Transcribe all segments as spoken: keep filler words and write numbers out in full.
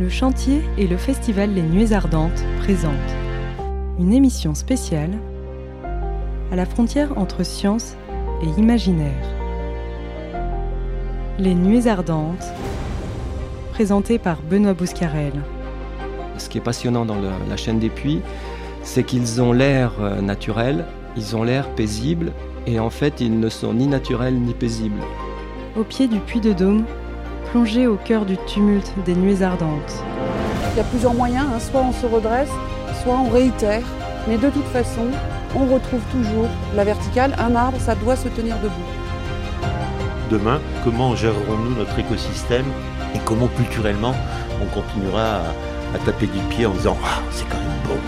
Le chantier et le festival Les Nuées Ardentes présentent une émission spéciale à la frontière entre science et imaginaire. Les Nuées Ardentes, présentées par Benoît Bouscarel. Ce qui est passionnant dans le, la chaîne des puits, c'est qu'ils ont l'air euh, naturel, ils ont l'air paisibles, et en fait, ils ne sont ni naturels ni paisibles. Au pied du puits de Dôme, plongé au cœur du tumulte des Nuées Ardentes. Il y a plusieurs moyens, hein. Soit on se redresse, soit on réitère. Mais de toute façon, on retrouve toujours la verticale. Un arbre, ça doit se tenir debout. Demain, comment gérerons-nous notre écosystème et comment culturellement on continuera à, à taper du pied en disant ah, c'est quand même beau.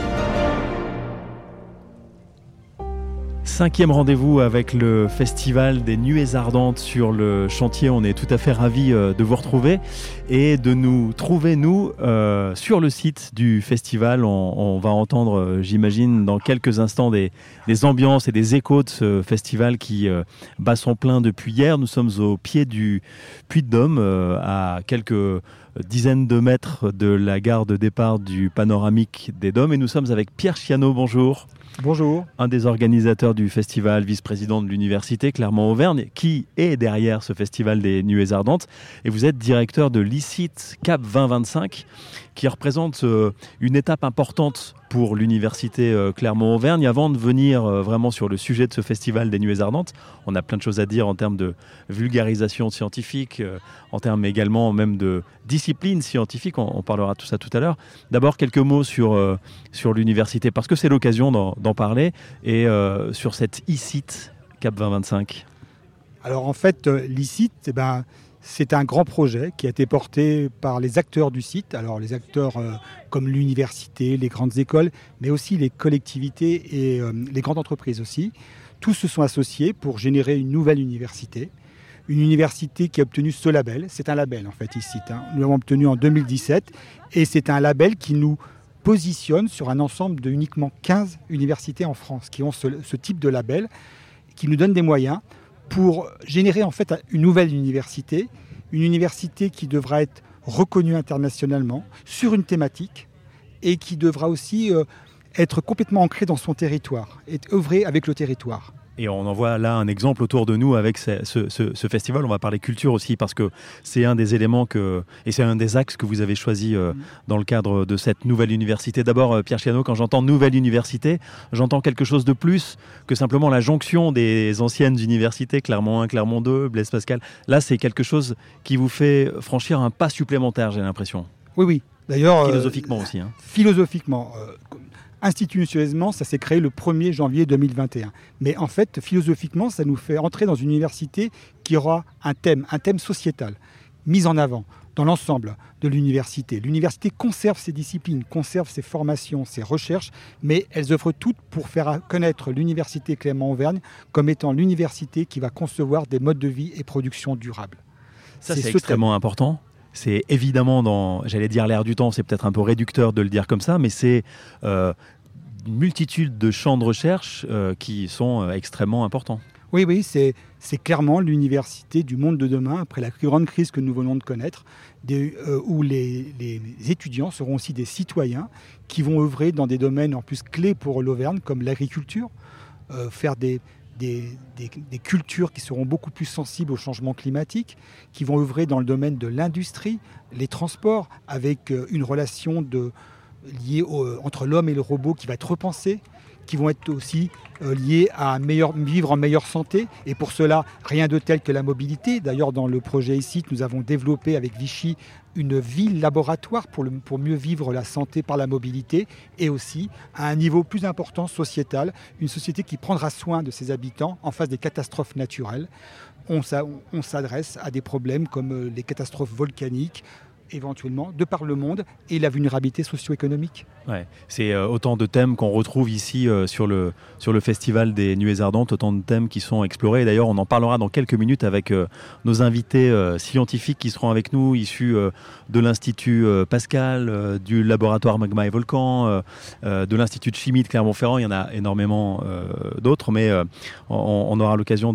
Cinquième rendez-vous avec le festival des Nuées Ardentes sur le chantier. On est tout à fait ravis de vous retrouver et de nous trouver, nous, euh, sur le site du festival. On, on va entendre, j'imagine, dans quelques instants des, des ambiances et des échos de ce festival qui euh, bat son plein depuis hier. Nous sommes au pied du Puy de Dôme, euh, à quelques dizaines de mètres de la gare de départ du panoramique des Dômes. Et nous sommes avec Pierre Chiano. Bonjour. Bonjour. Un des organisateurs du festival, vice-président de l'université Clermont-Auvergne, qui est derrière ce festival des Nuées Ardentes. Et vous êtes directeur de l'I C I T Cap vingt vingt-cinq, qui représente euh, une étape importante pour l'université euh, Clermont-Auvergne. Avant de venir euh, vraiment sur le sujet de ce festival des Nuées Ardentes, on a plein de choses à dire en termes de vulgarisation scientifique, euh, en termes également même de discipline scientifique. On, on parlera de tout ça tout à l'heure. D'abord, quelques mots sur, euh, sur l'université, parce que c'est l'occasion d'en, d'en parler, et euh, sur cette I C I T Cap vingt vingt-cinq. Alors en fait, euh, l'I C I T, eh ben, c'est un grand projet qui a été porté par les acteurs du site, alors les acteurs euh, comme l'université, les grandes écoles, mais aussi les collectivités et euh, les grandes entreprises aussi. Tous se sont associés pour générer une nouvelle université, une université qui a obtenu ce label. C'est un label en fait, I C I T. Hein. Nous l'avons obtenu en deux mille dix-sept et c'est un label qui nous positionne sur un ensemble de uniquement quinze universités en France qui ont ce, ce type de label, qui nous donne des moyens pour générer en fait une nouvelle université, une université qui devra être reconnue internationalement sur une thématique et qui devra aussi euh, être complètement ancrée dans son territoire et œuvrer avec le territoire. Et on en voit là un exemple autour de nous avec ce, ce, ce festival. On va parler culture aussi parce que c'est un des éléments que, et c'est un des axes que vous avez choisi euh, dans le cadre de cette nouvelle université. D'abord, euh, Pierre Chiano, quand j'entends nouvelle université, j'entends quelque chose de plus que simplement la jonction des anciennes universités, Clermont un, Clermont deux, Blaise Pascal. Là, c'est quelque chose qui vous fait franchir un pas supplémentaire, j'ai l'impression. Oui, oui. D'ailleurs, philosophiquement euh, aussi. Hein. Philosophiquement. Euh, Institutionnellement, ça s'est créé le premier janvier deux mille vingt et un. Mais en fait, philosophiquement, ça nous fait entrer dans une université qui aura un thème, un thème sociétal, mis en avant dans l'ensemble de l'université. L'université conserve ses disciplines, conserve ses formations, ses recherches, mais elles œuvrent toutes pour faire connaître l'université Clermont-Auvergne comme étant l'université qui va concevoir des modes de vie et production durables. Ça, c'est, c'est extrêmement thème. important. C'est évidemment dans, j'allais dire l'air du temps, c'est peut-être un peu réducteur de le dire comme ça, mais c'est euh, une multitude de champs de recherche euh, qui sont euh, extrêmement importants. Oui, oui, c'est, c'est clairement l'université du monde de demain, après la plus grande crise que nous venons de connaître, des, euh, où les, les étudiants seront aussi des citoyens qui vont œuvrer dans des domaines en plus clés pour l'Auvergne, comme l'agriculture, euh, faire des... Des, des, des cultures qui seront beaucoup plus sensibles au changement climatique, qui vont œuvrer dans le domaine de l'industrie, les transports, avec une relation de, liée au, entre l'homme et le robot qui va être repensée, qui vont être aussi euh, liées à meilleur, vivre en meilleure santé. Et pour cela, rien de tel que la mobilité. D'ailleurs, dans le projet I C I T, nous avons développé avec Vichy une ville laboratoire pour, le, pour mieux vivre la santé par la mobilité et aussi à un niveau plus important sociétal, une société qui prendra soin de ses habitants en face des catastrophes naturelles. On, on s'adresse à des problèmes comme les catastrophes volcaniques, éventuellement, de par le monde, et la vulnérabilité socio-économique. Ouais, c'est euh, autant de thèmes qu'on retrouve ici euh, sur, le, sur le festival des Nuées Ardentes, autant de thèmes qui sont explorés. Et d'ailleurs, on en parlera dans quelques minutes avec euh, nos invités euh, scientifiques qui seront avec nous, issus euh, de l'Institut euh, Pascal, euh, du laboratoire Magma et Volcan, euh, euh, de l'Institut de Chimie de Clermont-Ferrand. Il y en a énormément euh, d'autres, mais euh, on, on aura l'occasion de,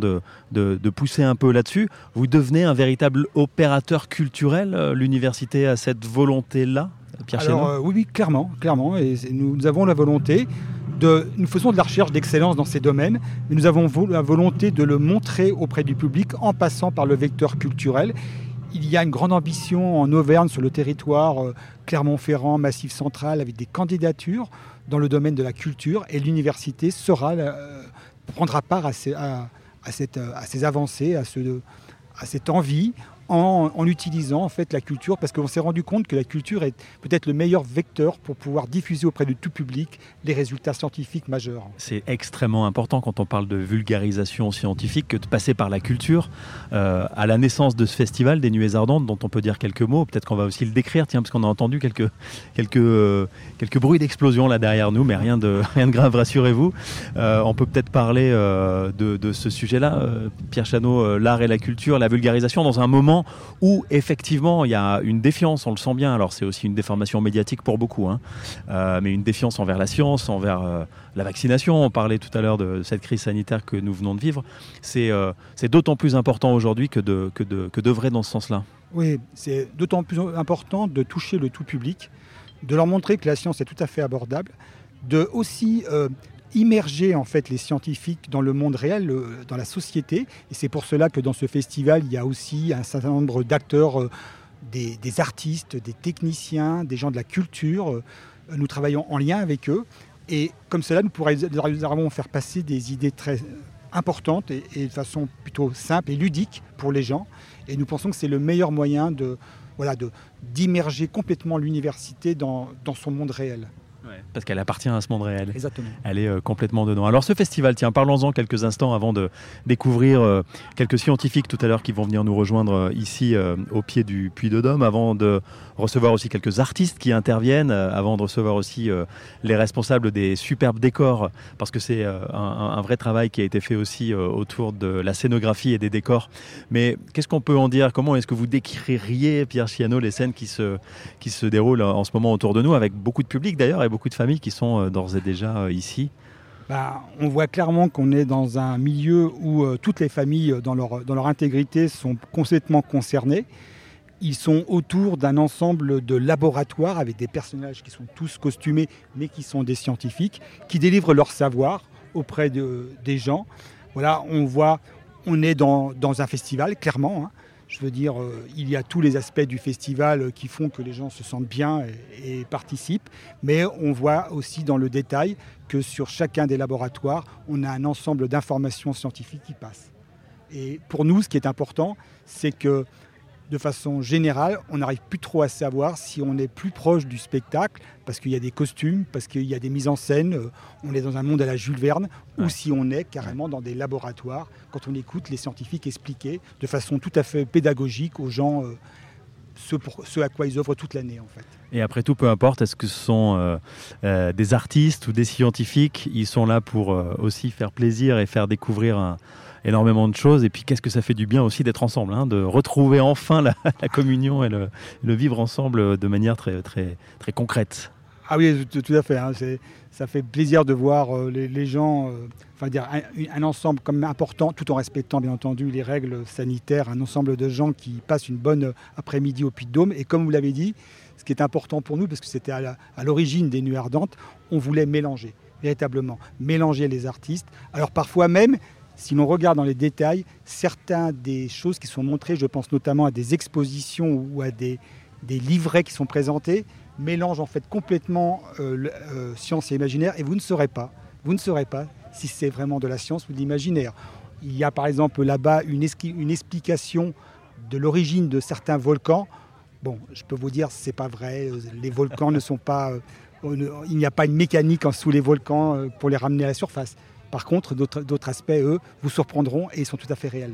de, de pousser un peu là-dessus. Vous devenez un véritable opérateur culturel. Euh, l'université a cette volonté-là, Pierre Chéneau ? Alors, euh, oui, oui, clairement, clairement. Et nous, nous avons la volonté de, nous faisons de la recherche d'excellence dans ces domaines, mais nous avons vo- la volonté de le montrer auprès du public en passant par le vecteur culturel. Il y a une grande ambition en Auvergne, sur le territoire euh, Clermont-Ferrand, Massif Central, avec des candidatures dans le domaine de la culture, et l'université sera, euh, prendra part à ces, à, à cette, à ces avancées, à, ce, à cette envie, en, en utilisant en fait la culture, parce qu'on s'est rendu compte que la culture est peut-être le meilleur vecteur pour pouvoir diffuser auprès de tout public les résultats scientifiques majeurs. C'est extrêmement important quand on parle de vulgarisation scientifique que de passer par la culture. Euh, à la naissance de ce festival des Nuées Ardentes, dont on peut dire quelques mots, peut-être qu'on va aussi le décrire, tiens, parce qu'on a entendu quelques, quelques, euh, quelques bruits d'explosion là derrière nous, mais rien de, rien de grave, rassurez-vous. Euh, on peut peut-être parler euh, de, de ce sujet-là, euh, Pierre Chéneau, euh, l'art et la culture, la vulgarisation, dans un moment où effectivement il y a une défiance, on le sent bien, alors c'est aussi une déformation médiatique pour beaucoup, hein, euh, mais une défiance envers la science, envers euh, la vaccination. On parlait tout à l'heure de cette crise sanitaire que nous venons de vivre. C'est, euh, c'est d'autant plus important aujourd'hui que, de, que, de, que d'œuvrer dans ce sens-là. Oui, c'est d'autant plus important de toucher le tout public, de leur montrer que la science est tout à fait abordable, de aussi euh, immerger en fait les scientifiques dans le monde réel, euh, dans la société. Et c'est pour cela que dans ce festival, il y a aussi un certain nombre d'acteurs, euh, des, des artistes, des techniciens, des gens de la culture. Euh, nous travaillons en lien avec eux. Et comme cela, nous pourrons faire passer des idées très importantes et, et de façon plutôt simple et ludique pour les gens. Et nous pensons que c'est le meilleur moyen de, voilà, de, d'immerger complètement l'université dans, dans son monde réel. Ouais, parce qu'elle appartient à ce monde réel. Exactement. Elle est euh, complètement dedans. Alors ce festival, tiens, parlons-en quelques instants avant de découvrir euh, quelques scientifiques tout à l'heure qui vont venir nous rejoindre euh, ici euh, au pied du Puy de Dôme, avant de recevoir aussi quelques artistes qui interviennent, euh, avant de recevoir aussi euh, les responsables des superbes décors, parce que c'est euh, un, un vrai travail qui a été fait aussi euh, autour de la scénographie et des décors. Mais qu'est-ce qu'on peut en dire ? Comment est-ce que vous décririez, Pierre Chéneau, les scènes qui se, qui se déroulent en ce moment autour de nous, avec beaucoup de public d'ailleurs, et beaucoup de familles qui sont euh, d'ores et déjà euh, ici ? Bah, on voit clairement qu'on est dans un milieu où euh, toutes les familles, dans leur, dans leur intégrité, sont complètement concernées. Ils sont autour d'un ensemble de laboratoires avec des personnages qui sont tous costumés, mais qui sont des scientifiques, qui délivrent leur savoir auprès de, des gens. Voilà, on voit, on est dans, dans un festival, clairement, hein. Je veux dire, euh, il y a tous les aspects du festival qui font que les gens se sentent bien et, et participent. Mais on voit aussi dans le détail que sur chacun des laboratoires, on a un ensemble d'informations scientifiques qui passent. Et pour nous, ce qui est important, c'est que de façon générale, on n'arrive plus trop à savoir si on est plus proche du spectacle, parce qu'il y a des costumes, parce qu'il y a des mises en scène, euh, on est dans un monde à la Jules Verne, ouais. Ou si on est carrément dans des laboratoires, quand on écoute les scientifiques expliquer de façon tout à fait pédagogique aux gens euh, ce, pour, ce à quoi ils œuvrent toute l'année en fait. Et après tout, peu importe, est-ce que ce sont euh, euh, des artistes ou des scientifiques, ils sont là pour euh, aussi faire plaisir et faire découvrir un énormément de choses. Et puis qu'est-ce que ça fait du bien aussi d'être ensemble, hein, de retrouver enfin la, la communion et le, le vivre ensemble de manière très, très, très concrète. Ah oui, tout, tout à fait. Hein, c'est, ça fait plaisir de voir euh, les, les gens, euh, enfin dire un, un ensemble comme important, tout en respectant bien entendu les règles sanitaires, un ensemble de gens qui passent une bonne après-midi au Puy de Dôme. Et comme vous l'avez dit, ce qui est important pour nous, parce que c'était à, la, à l'origine des Nuées Ardentes, on voulait mélanger, véritablement, mélanger les artistes. Alors parfois même, si l'on regarde dans les détails, certaines des choses qui sont montrées, je pense notamment à des expositions ou à des, des livrets qui sont présentés, mélangent en fait complètement euh, le, euh, science et imaginaire, et vous ne saurez pas, vous ne saurez pas si c'est vraiment de la science ou de l'imaginaire. Il y a par exemple là-bas une, esqui- une explication de l'origine de certains volcans. Bon, je peux vous dire, c'est pas vrai, les volcans ne sont pas... Euh, il n'y a pas une mécanique en sous les volcans euh, pour les ramener à la surface. Par contre, d'autres, d'autres aspects, eux, vous surprendront et ils sont tout à fait réels.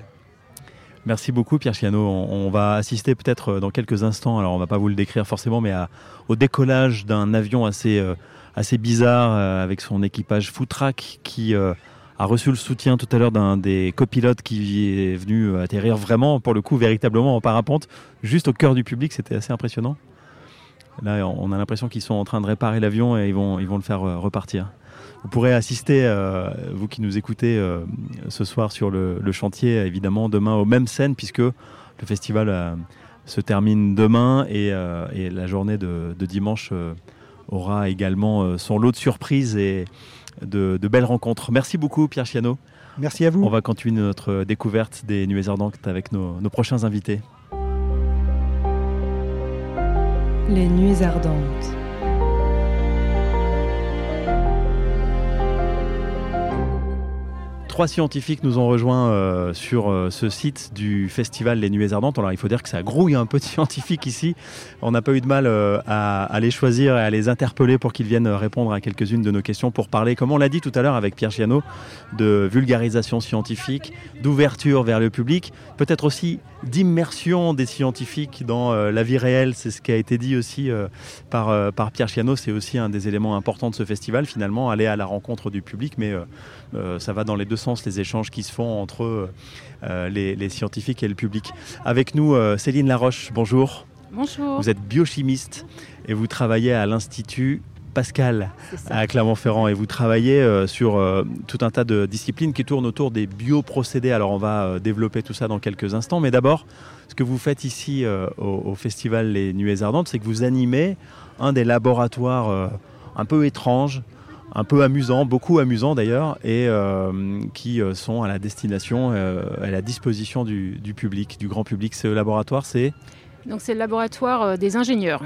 Merci beaucoup Pierre Chéneau. On, on va assister peut-être dans quelques instants, alors on ne va pas vous le décrire forcément, mais à, au décollage d'un avion assez, euh, assez bizarre euh, avec son équipage Footrack qui euh, a reçu le soutien tout à l'heure d'un des copilotes qui est venu atterrir vraiment, pour le coup, véritablement en parapente, juste au cœur du public. C'était assez impressionnant. Là, on a l'impression qu'ils sont en train de réparer l'avion et ils vont, ils vont le faire repartir. Vous pourrez assister, euh, vous qui nous écoutez euh, ce soir sur le, le chantier, évidemment, demain aux mêmes scènes, puisque le festival euh, se termine demain et, euh, et la journée de, de dimanche euh, aura également euh, son lot de surprises et de, de belles rencontres. Merci beaucoup, Pierre Chiano. Merci à vous. On va continuer notre découverte des Nuées Ardentes avec nos, nos prochains invités. Les Nuées Ardentes. Trois scientifiques nous ont rejoints euh, sur euh, ce site du festival Les Nuées Ardentes. Alors il faut dire que ça grouille un peu de scientifiques ici. On n'a pas eu de mal euh, à, à les choisir et à les interpeller pour qu'ils viennent répondre à quelques-unes de nos questions pour parler, comme on l'a dit tout à l'heure avec Pierre Chiano, de vulgarisation scientifique, d'ouverture vers le public, peut-être aussi d'immersion des scientifiques dans euh, la vie réelle. C'est ce qui a été dit aussi euh, par, euh, par Pierre Chiano. C'est aussi un des éléments importants de ce festival, finalement, aller à la rencontre du public, mais euh, euh, ça va dans les deux sens, les échanges qui se font entre euh, les, les scientifiques et le public. Avec nous, euh, Céline Laroche, bonjour. Bonjour. Vous êtes biochimiste et vous travaillez à l'Institut Pascal à Clermont-Ferrand et vous travaillez euh, sur euh, tout un tas de disciplines qui tournent autour des bioprocédés. Alors on va euh, développer tout ça dans quelques instants, mais d'abord, ce que vous faites ici euh, au, au festival Les Nuées Ardentes, c'est que vous animez un des laboratoires euh, un peu étranges, un peu amusants, beaucoup amusants d'ailleurs, et euh, qui euh, sont à la destination, euh, à la disposition du, du public, du grand public. Ce laboratoire, c'est Donc c'est le laboratoire euh, des ingénieurs.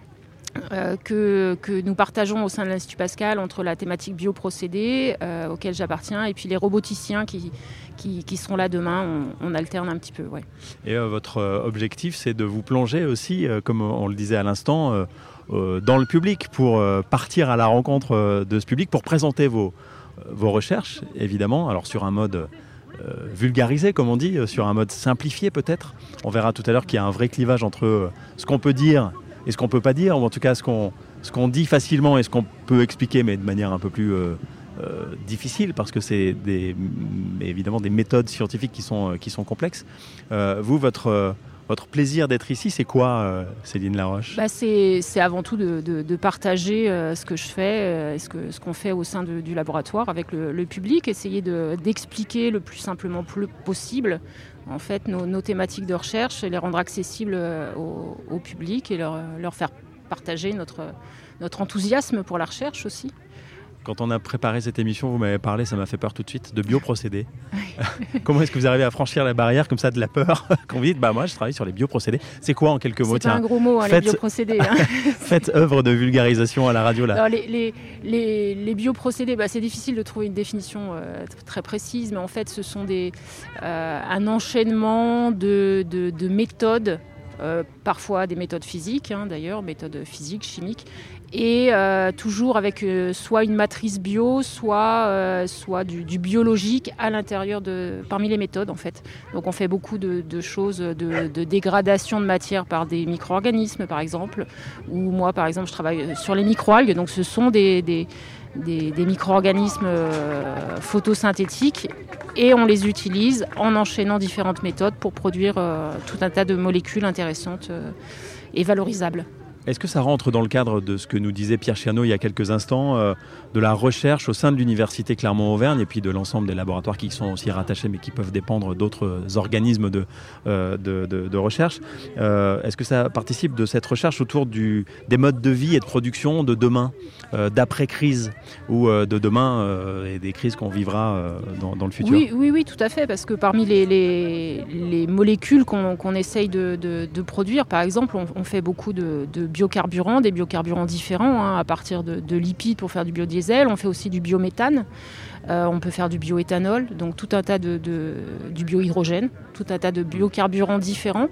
Euh, que, que nous partageons au sein de l'Institut Pascal entre la thématique bioprocédés, euh, auquel j'appartiens, et puis les roboticiens qui, qui, qui seront là demain. On, on alterne un petit peu. Ouais. Et euh, votre euh, objectif, c'est de vous plonger aussi, euh, comme on le disait à l'instant, euh, euh, dans le public, pour euh, partir à la rencontre euh, de ce public, pour présenter vos, euh, vos recherches, évidemment, alors sur un mode euh, vulgarisé, comme on dit, euh, sur un mode simplifié peut-être. On verra tout à l'heure qu'il y a un vrai clivage entre euh, ce qu'on peut dire et ce qu'on ne peut pas dire, ou en tout cas ce qu'on, ce qu'on dit facilement et ce qu'on peut expliquer, mais de manière un peu plus euh, euh, difficile, parce que c'est des, évidemment des méthodes scientifiques qui sont, euh, qui sont complexes. Euh, vous, votre, euh, votre plaisir d'être ici, c'est quoi, euh, Céline Laroche ? bah c'est, c'est avant tout de, de, de partager euh, ce que je fais, euh, ce, que, ce qu'on fait au sein de, du laboratoire avec le, le public, essayer de, d'expliquer le plus simplement plus possible en fait, nos, nos thématiques de recherche, et les rendre accessibles au, au public et leur, leur faire partager notre, notre enthousiasme pour la recherche aussi. Quand on a préparé cette émission, vous m'avez parlé, ça m'a fait peur tout de suite, de bioprocédés. Comment est-ce que vous arrivez à franchir la barrière comme ça de la peur quand vous dites bah moi je travaille sur les bioprocédés. C'est quoi en quelques mots ? C'est Tiens, pas un gros mot, hein, faites, les bioprocédés. Hein. Faites œuvre de vulgarisation à la radio là. Alors, les, les, les, les bioprocédés, bah, c'est difficile de trouver une définition euh, très précise, mais en fait ce sont des, euh, un enchaînement de, de, de méthodes, euh, parfois des méthodes physiques hein, d'ailleurs, méthodes physiques, chimiques, et euh, toujours avec euh, soit une matrice bio, soit, euh, soit du, du biologique à l'intérieur de, parmi les méthodes en fait. Donc on fait beaucoup de, de choses, de, de dégradation de matière par des micro-organismes par exemple, ou moi par exemple je travaille sur les microalgues, donc ce sont des, des, des, des micro-organismes euh, photosynthétiques et on les utilise en enchaînant différentes méthodes pour produire euh, tout un tas de molécules intéressantes euh, et valorisables. Est-ce que ça rentre dans le cadre de ce que nous disait Pierre Chiano il y a quelques instants, euh, de la recherche au sein de l'Université Clermont-Auvergne et puis de l'ensemble des laboratoires qui sont aussi rattachés mais qui peuvent dépendre d'autres organismes de, euh, de, de, de recherche euh, Est-ce que ça participe de cette recherche autour du, des modes de vie et de production de demain, euh, d'après-crise ou euh, de demain euh, et des crises qu'on vivra euh, dans, dans le futur ? Oui, oui, oui, tout à fait, parce que parmi les, les, les molécules qu'on, qu'on essaye de, de, de produire, par exemple, on, on fait beaucoup de, de biocarburants, des biocarburants différents, hein, à partir de, de lipides pour faire du biodiesel. On fait aussi du biométhane. Euh, on peut faire du bioéthanol, donc tout un tas de, de du biohydrogène, tout un tas de biocarburants différents.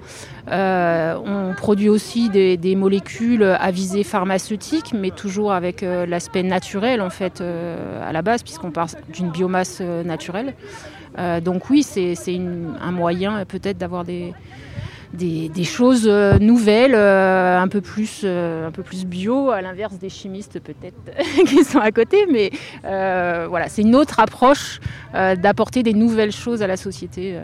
Euh, on produit aussi des, des molécules à visée pharmaceutique, mais toujours avec euh, l'aspect naturel en fait euh, à la base, puisqu'on part d'une biomasse euh, naturelle. Euh, donc oui, c'est, c'est une, un moyen peut-être d'avoir des Des, des choses euh, nouvelles, euh, un peu plus, euh, un peu plus bio, à l'inverse des chimistes peut-être qui sont à côté. Mais euh, voilà, c'est une autre approche euh, d'apporter des nouvelles choses à la société euh,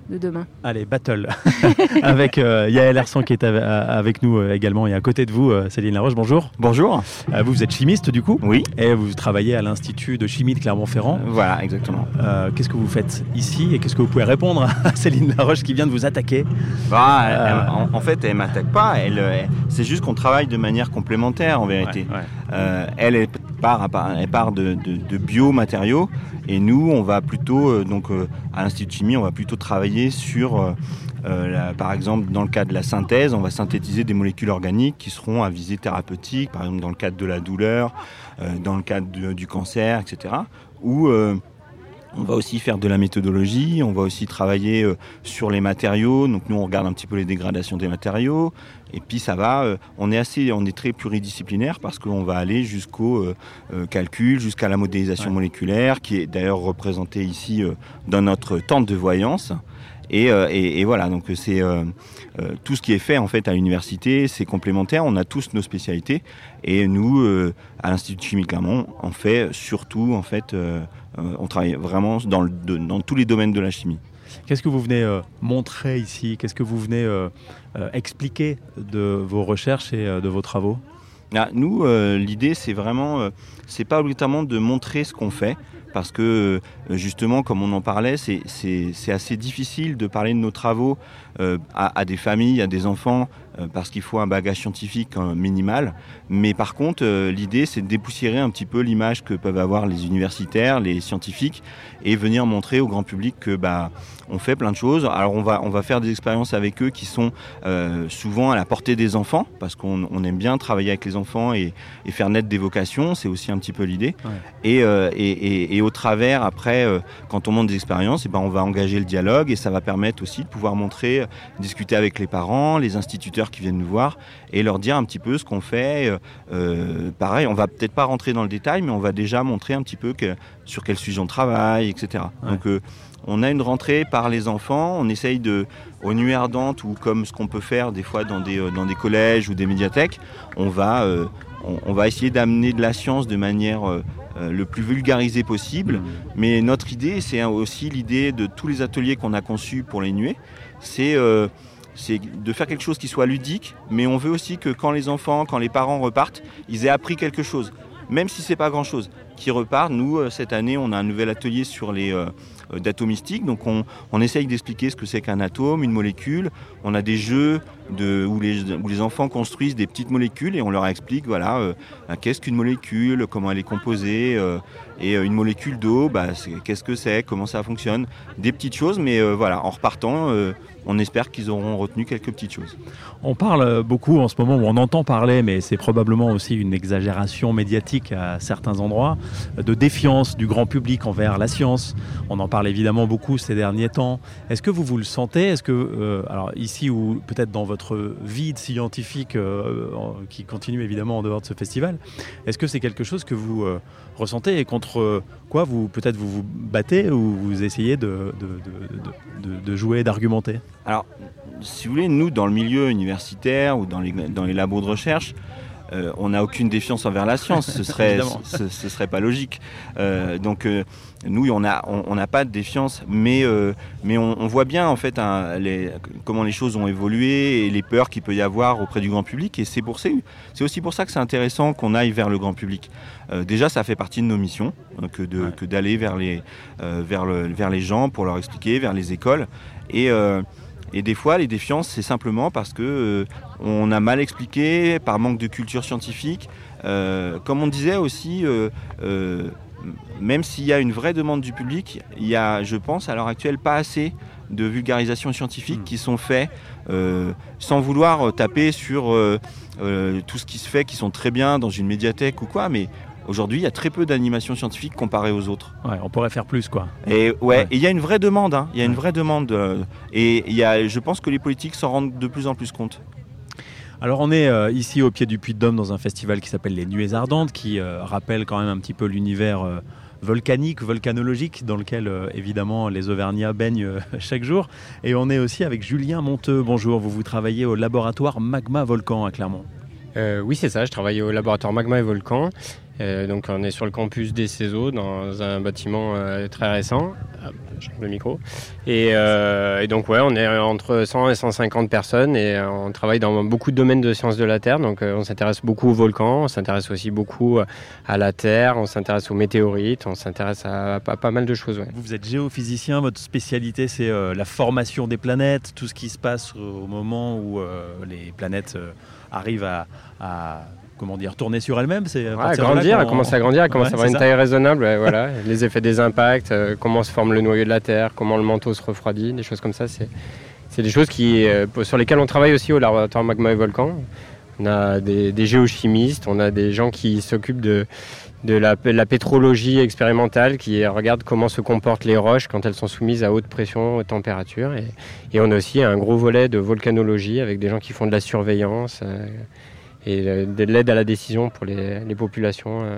de demain. Allez, battle avec euh, Yaël Hersan qui est avec nous euh, également et à côté de vous, euh, Céline Laroche, bonjour. Bonjour. Euh, vous, vous êtes chimiste du coup ? Oui. Et vous travaillez à l'Institut de chimie de Clermont-Ferrand. Euh, voilà, exactement. Euh, qu'est-ce que vous faites ici et qu'est-ce que vous pouvez répondre à Céline Laroche qui vient de vous attaquer ? bah, elle, euh... elle, en, en fait, elle ne m'attaque pas. Elle, elle, c'est juste qu'on travaille de manière complémentaire en vérité. Ouais, ouais. Euh, elle, elle part, elle part de, de, de biomatériaux et nous, on va plutôt, euh, donc, euh, à l'Institut de chimie, on va plutôt travailler sur, euh, euh, la, par exemple, dans le cadre de la synthèse, on va synthétiser des molécules organiques qui seront à visée thérapeutique, par exemple dans le cadre de la douleur, euh, dans le cadre de, du cancer, et cetera. Ou euh, on va aussi faire de la méthodologie, on va aussi travailler euh, sur les matériaux. Donc nous, on regarde un petit peu les dégradations des matériaux. Et puis ça va, euh, on est assez, on est très pluridisciplinaire parce qu'on va aller jusqu'au euh, euh, calcul, jusqu'à la modélisation ouais. moléculaire, qui est d'ailleurs représentée ici euh, dans notre tente de voyance. Et, euh, et, et voilà, donc c'est euh, euh, tout ce qui est fait en fait à l'université, c'est complémentaire. On a tous nos spécialités et nous, euh, à l'Institut de chimie Clermont, on fait surtout en fait, euh, euh, on travaille vraiment dans, le, de, dans tous les domaines de la chimie. Qu'est-ce que vous venez euh, montrer ici ? Qu'est-ce que vous venez euh, euh, expliquer de vos recherches et euh, de vos travaux ? Ah, nous, euh, l'idée, c'est vraiment, euh, c'est pas obligatoirement de montrer ce qu'on fait. Parce que justement, comme on en parlait, c'est, c'est, c'est assez difficile de parler de nos travaux euh, à, à des familles, à des enfants, euh, parce qu'il faut un bagage scientifique euh, minimal. Mais par contre, euh, l'idée, c'est de dépoussiérer un petit peu l'image que peuvent avoir les universitaires, les scientifiques, et venir montrer au grand public que bah, on fait plein de choses. Alors on va, on va faire des expériences avec eux qui sont euh, souvent à la portée des enfants, parce qu'on on aime bien travailler avec les enfants et, et faire naître des vocations, c'est aussi un petit peu l'idée. Ouais. Et, euh, et, et, et au travers, après, euh, quand on monte des expériences, et ben on va engager le dialogue et ça va permettre aussi de pouvoir montrer, euh, discuter avec les parents, les instituteurs qui viennent nous voir et leur dire un petit peu ce qu'on fait. Euh, pareil, on va peut-être pas rentrer dans le détail, mais on va déjà montrer un petit peu que, sur quel sujet on travaille, et cetera. Ouais. Donc, euh, on a une rentrée par les enfants, on essaye de, aux Nuits Ardentes ou comme ce qu'on peut faire des fois dans des, dans des collèges ou des médiathèques, on va, euh, on, on va essayer d'amener de la science de manière euh, euh, le plus vulgarisée possible. Mmh. Mais notre idée, c'est aussi l'idée de tous les ateliers qu'on a conçus pour les nuées, c'est, euh, c'est de faire quelque chose qui soit ludique, mais on veut aussi que quand les enfants, quand les parents repartent, ils aient appris quelque chose, même si c'est pas grand-chose. Qui repartent, nous, cette année, on a un nouvel atelier sur les... Euh, d'atomistique, donc on, on essaye d'expliquer ce que c'est qu'un atome, une molécule. On a des jeux de, où, les, où les enfants construisent des petites molécules et on leur explique voilà, euh, qu'est-ce qu'une molécule, comment elle est composée, euh, et une molécule d'eau, bah, c'est, qu'est-ce que c'est, comment ça fonctionne, des petites choses, mais euh, voilà, en repartant, euh, on espère qu'ils auront retenu quelques petites choses. On parle beaucoup en ce moment, où on entend parler, mais c'est probablement aussi une exagération médiatique à certains endroits, de défiance du grand public envers la science. On en parle évidemment beaucoup ces derniers temps. Est-ce que vous vous le sentez ? Est-ce que, euh, alors ici ou peut-être dans votre vie de scientifique euh, qui continue évidemment en dehors de ce festival, est-ce que c'est quelque chose que vous euh, ressentez et contre quoi vous peut-être vous vous battez ou vous essayez de, de, de, de, de jouer, d'argumenter ? Alors, si vous voulez, nous, dans le milieu universitaire ou dans les, dans les labos de recherche, euh, on n'a aucune défiance envers la science. Ce serait, ce, ce serait pas logique. Euh, donc, euh, nous, on n'a on, on n'a pas de défiance, mais, euh, mais on, on voit bien en fait hein, les, comment les choses ont évolué et les peurs qu'il peut y avoir auprès du grand public. Et c'est, pour, c'est, c'est aussi pour ça que c'est intéressant qu'on aille vers le grand public. Euh, déjà, ça fait partie de nos missions hein, que, de, ouais. que d'aller vers les, euh, vers, le, vers les gens pour leur expliquer, vers les écoles. Et... Euh, Et des fois, les défiances, c'est simplement parce que euh, on a mal expliqué, par manque de culture scientifique. Euh, comme on disait aussi, euh, euh, même s'il y a une vraie demande du public, il y a, je pense, à l'heure actuelle, pas assez de vulgarisation scientifique mmh. qui sont faits euh, sans vouloir taper sur euh, euh, tout ce qui se fait, qui sont très bien dans une médiathèque ou quoi, mais aujourd'hui, il y a très peu d'animation scientifique comparée aux autres. Ouais, on pourrait faire plus, quoi. Et ouais, il ouais. y a une vraie demande. Hein. Il y a une vraie demande. Euh, et il y a, je pense que les politiques s'en rendent de plus en plus compte. Alors on est euh, ici au pied du Puy-de-Dôme dans un festival qui s'appelle les Nuées Ardentes, qui euh, rappelle quand même un petit peu l'univers euh, volcanique, volcanologique, dans lequel euh, évidemment les Auvergnats baignent euh, chaque jour. Et on est aussi avec Julien Monteux. Bonjour, vous vous travaillez au laboratoire Magma Volcan à Clermont. Euh, oui, c'est ça, je travaille au laboratoire Magma et Volcan. Euh, donc on est sur le campus des C E S O dans un bâtiment euh, très récent. Hop, je change le micro. Et, euh, et donc ouais, on est entre cent et cent cinquante personnes et euh, on travaille dans beaucoup de domaines de sciences de la Terre. Donc euh, on s'intéresse beaucoup aux volcans, on s'intéresse aussi beaucoup à la Terre, on s'intéresse aux météorites, on s'intéresse à, à, à pas mal de choses. Ouais. Vous, vous êtes géophysicien, votre spécialité c'est euh, la formation des planètes, tout ce qui se passe au moment où euh, les planètes euh, arrivent à... à... comment dire, tourner sur elle-même, c'est ouais, grandir, elle commence à grandir, elle commence ouais, à avoir une ça. taille raisonnable, ouais, voilà. Les effets des impacts, euh, comment se forme le noyau de la Terre, comment le manteau se refroidit, des choses comme ça, c'est, c'est des choses qui, euh, sur lesquelles on travaille aussi au laboratoire Magma et Volcan. On a des, des géochimistes, on a des gens qui s'occupent de, de la, la pétrologie expérimentale, qui regardent comment se comportent les roches quand elles sont soumises à haute pression, haute température. Et, et on a aussi un gros volet de volcanologie avec des gens qui font de la surveillance. Euh, et de l'aide à la décision pour les, les populations euh,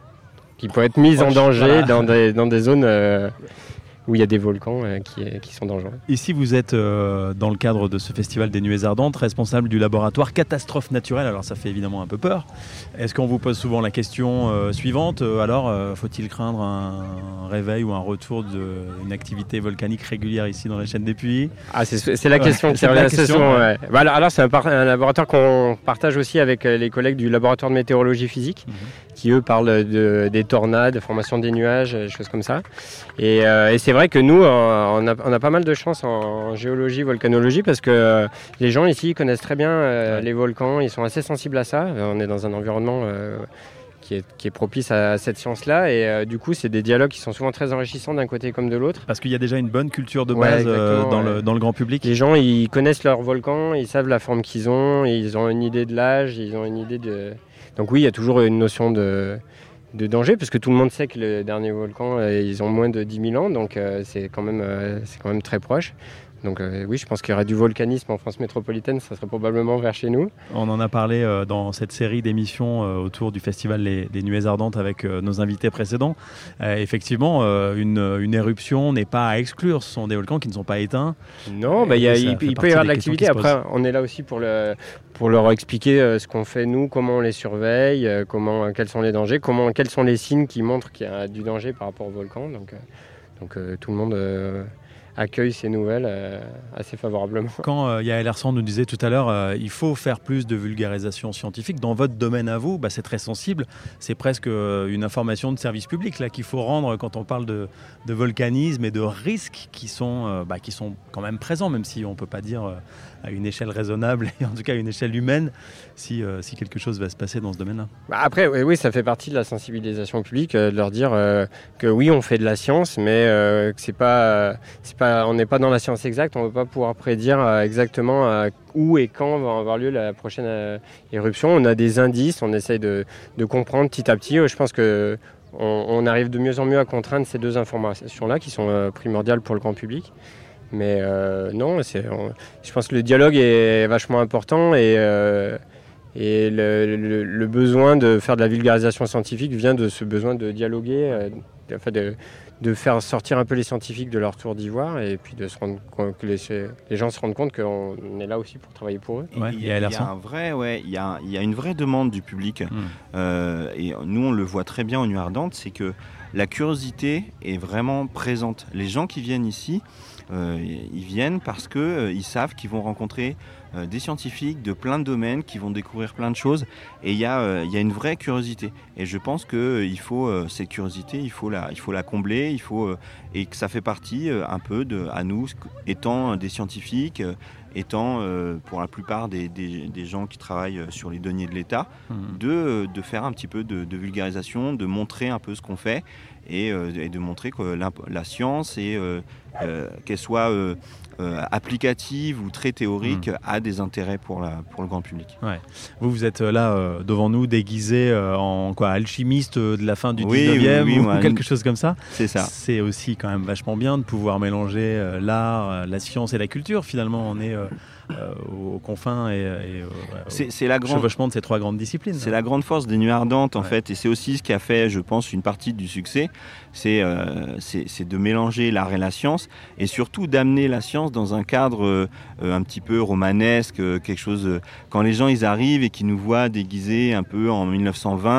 qui peuvent être mises en danger voilà. dans, des, dans des zones euh, où il y a des volcans euh, qui, qui sont dangereux. Ici, vous êtes, euh, dans le cadre de ce festival des Nuées Ardentes, responsable du laboratoire Catastrophes Naturelles. Alors, ça fait évidemment un peu peur. Est-ce qu'on vous pose souvent la question euh, suivante euh, Alors, euh, faut-il craindre un, un réveil ou un retour d'une activité volcanique régulière ici dans la chaîne des Puys ? Ah, c'est, c'est la question ouais, qui revient assez souvent. Ouais. Bah, alors, alors, c'est un, par- un laboratoire qu'on partage aussi avec les collègues du laboratoire de météorologie physique, mmh. qui, eux, parlent de, des tornades, de formation des nuages, des choses comme ça. Et, euh, et c'est C'est vrai que nous, on a, on a pas mal de chance en géologie, volcanologie, parce que les gens ici connaissent très bien euh, ouais. les volcans, ils sont assez sensibles à ça. On est dans un environnement euh, qui, est, qui est propice à cette science-là, et euh, du coup, c'est des dialogues qui sont souvent très enrichissants d'un côté comme de l'autre. Parce qu'il y a déjà une bonne culture de base ouais, euh, dans, ouais. le, dans le grand public. Les gens, ils connaissent leurs volcans, ils savent la forme qu'ils ont, ils ont une idée de l'âge, ils ont une idée de... Donc oui, il y a toujours une notion de... de danger, parce que tout le monde sait que les derniers volcans, euh, ils ont moins de dix mille ans, donc euh, c'est, quand même, euh, c'est quand même très proche. Donc euh, oui, je pense qu'il y aurait du volcanisme en France métropolitaine, ça serait probablement vers chez nous. On en a parlé euh, dans cette série d'émissions euh, autour du festival Les, les Nuées Ardentes avec euh, nos invités précédents. Euh, effectivement, euh, une, une éruption n'est pas à exclure, ce sont des volcans qui ne sont pas éteints. Non, bah, y a, il, il peut y avoir de l'activité. Après, on est là aussi pour, le, pour leur expliquer euh, ce qu'on fait nous, comment on les surveille, euh, comment, euh, quels sont les dangers, comment, quels sont les signes qui montrent qu'il y a du danger par rapport au volcan. Donc, euh, donc euh, tout le monde... Euh, accueille ces nouvelles euh, assez favorablement. Quand euh, Yaël Hersand nous disait tout à l'heure, euh, il faut faire plus de vulgarisation scientifique. Dans votre domaine à vous, bah, c'est très sensible. C'est presque euh, une information de service public là, qu'il faut rendre quand on parle de, de volcanisme et de risques qui sont, euh, bah, qui sont quand même présents, même si on ne peut pas dire euh, à une échelle raisonnable et en tout cas à une échelle humaine si, euh, si quelque chose va se passer dans ce domaine-là. Bah après, oui, oui, ça fait partie de la sensibilisation publique, euh, de leur dire euh, que oui, on fait de la science, mais euh, que c'est pas, c'est pas, on n'est pas dans la science exacte, on ne veut pas pouvoir prédire euh, exactement euh, où et quand va avoir lieu la prochaine euh, éruption. On a des indices, on essaye de, de comprendre petit à petit. Je pense que on, on arrive de mieux en mieux à contraindre ces deux informations-là qui sont euh, primordiales pour le grand public. Mais euh, non, c'est, on, je pense que le dialogue est vachement important et, euh, et le, le, le besoin de faire de la vulgarisation scientifique vient de ce besoin de dialoguer, euh, de, enfin de, de faire sortir un peu les scientifiques de leur tour d'ivoire et puis de se rendre compte que les, les gens se rendent compte qu'on est là aussi pour travailler pour eux. Ouais, il, y a, il, y a un vrai, ouais, il, y a, il y a une vraie demande du public mmh. euh, et nous on le voit très bien aux Nuées Ardentes, c'est que la curiosité est vraiment présente. Les gens qui viennent ici, Euh, ils viennent parce qu'ils euh, savent qu'ils vont rencontrer euh, des scientifiques de plein de domaines, qui vont découvrir plein de choses et il y, euh, y a une vraie curiosité et je pense que euh, il faut, euh, cette curiosité il faut la, il faut la combler il faut, euh, et que ça fait partie euh, un peu de, à nous étant des scientifiques euh, étant euh, pour la plupart des, des, des gens qui travaillent sur les deniers de l'État mmh. de, de faire un petit peu de, de vulgarisation, de montrer un peu ce qu'on fait et, euh, et de montrer que la, la science et euh, euh, qu'elle soit euh, euh, applicative ou très théorique mmh. a des intérêts pour, la, pour le grand public. Ouais. Vous, vous êtes là euh, devant nous déguisé euh, en quoi, alchimiste de la fin du oui, dix-neuvième oui, oui, ou ouais, quelque chose comme ça. C'est ça. C'est aussi quand même vachement bien de pouvoir mélanger euh, l'art, euh, la science et la culture. Finalement, on est euh, euh, aux confins et, et euh, c'est, c'est la grande... chevauchement de ces trois grandes disciplines. C'est hein. la grande force des Nuées Ardentes en ouais. fait, et c'est aussi ce qui a fait, je pense, une partie du succès. C'est, euh, c'est, c'est de mélanger l'art et la science, et surtout d'amener la science dans un cadre euh, un petit peu romanesque, euh, quelque chose. Euh, quand les gens ils arrivent et qu'ils nous voient déguisés un peu en mille neuf cent vingt,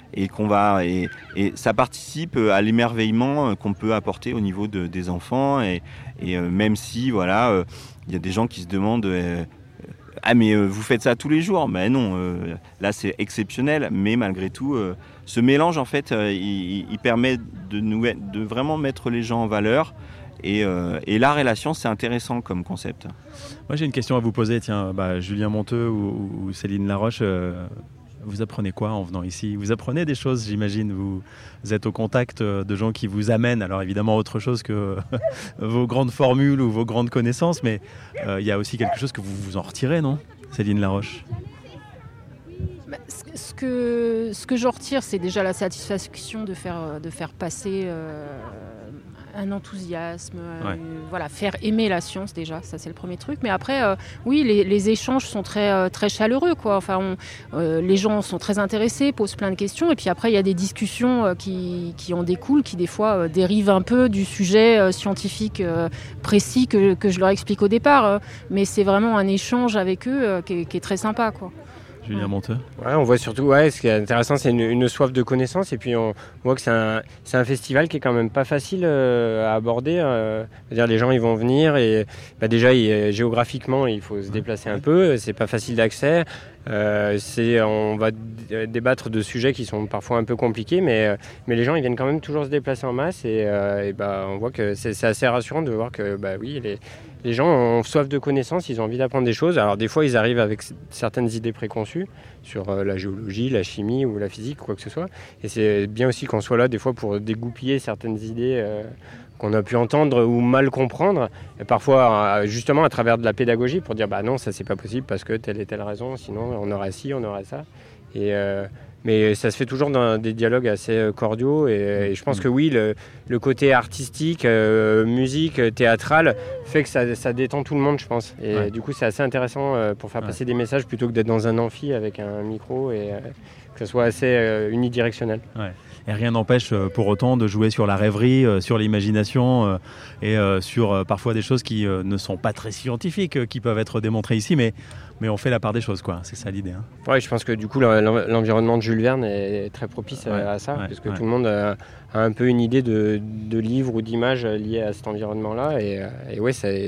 et qu'on va et, et ça participe à l'émerveillement qu'on peut apporter au niveau de, des enfants et, et euh, même si voilà il euh, y a des gens qui se demandent euh, ah mais euh, vous faites ça tous les jours, mais non euh, là c'est exceptionnel, mais malgré tout euh, ce mélange en fait euh, il, il permet de nous de vraiment mettre les gens en valeur. Et, euh, et l'art et la science, c'est intéressant comme concept. Moi, j'ai une question à vous poser. Tiens, bah, Julien Monteux ou, ou Céline Laroche, euh, vous apprenez quoi en venant ici ? Vous apprenez des choses, j'imagine. Vous, vous êtes au contact de gens qui vous amènent, alors évidemment autre chose que vos grandes formules ou vos grandes connaissances, mais il euh, y a aussi quelque chose que vous vous en retirez, non, Céline Laroche ? Bah, ce que, ce que j'en retire, c'est déjà la satisfaction de faire, de faire passer euh, un enthousiasme, ouais. euh, voilà, faire aimer la science déjà, ça c'est le premier truc. Mais après, euh, oui, les, les échanges sont très, euh, très chaleureux, quoi. Enfin, on, euh, les gens sont très intéressés, posent plein de questions, et puis après il y a des discussions euh, qui, qui en découlent, qui des fois euh, dérivent un peu du sujet euh, scientifique euh, précis que, que je leur explique au départ. Euh, mais c'est vraiment un échange avec eux euh, qui, est, qui est très sympa, quoi. Julien Monteux. Ouais, on voit surtout, ouais, ce qui est intéressant, c'est une, une soif de connaissance, et puis on voit que c'est un, c'est un festival qui est quand même pas facile euh, à aborder. Euh, c'est-à-dire les gens ils vont venir et bah, déjà il, géographiquement il faut se déplacer un peu, c'est pas facile d'accès. Euh, c'est, on va d- débattre de sujets qui sont parfois un peu compliqués, mais, mais les gens ils viennent quand même toujours se déplacer en masse et, euh, et bah, on voit que c'est, c'est assez rassurant de voir que bah, oui, les, les gens ont soif de connaissances, ils ont envie d'apprendre des choses. Alors des fois ils arrivent avec certaines idées préconçues sur euh, la géologie, la chimie ou la physique, quoi que ce soit. Et c'est bien aussi qu'on soit là des fois pour dégoupiller certaines idées euh, qu'on a pu entendre ou mal comprendre, et parfois justement à travers de la pédagogie pour dire bah non, ça c'est pas possible parce que telle et telle raison, sinon on aurait ci, on aurait ça. Et euh, mais ça se fait toujours dans des dialogues assez cordiaux et, et je pense que oui, le, le côté artistique, euh, musique, théâtral fait que ça, ça détend tout le monde, je pense. Et ouais. Du coup c'est assez intéressant euh, pour faire passer ouais. des messages plutôt que d'être dans un amphi avec un micro et euh, que ce soit assez euh, unidirectionnel. Ouais. Et rien n'empêche euh, pour autant de jouer sur la rêverie, euh, sur l'imagination euh, et euh, sur euh, parfois des choses qui euh, ne sont pas très scientifiques, euh, qui peuvent être démontrées ici, mais, mais on fait la part des choses, quoi. C'est ça l'idée. Hein. Ouais, je pense que du coup l'environnement de Jules Verne est très propice ouais, à, à ça, ouais, parce que ouais. tout le monde a, a un peu une idée de, de livres ou d'images liées à cet environnement-là, et, et ouais, ça,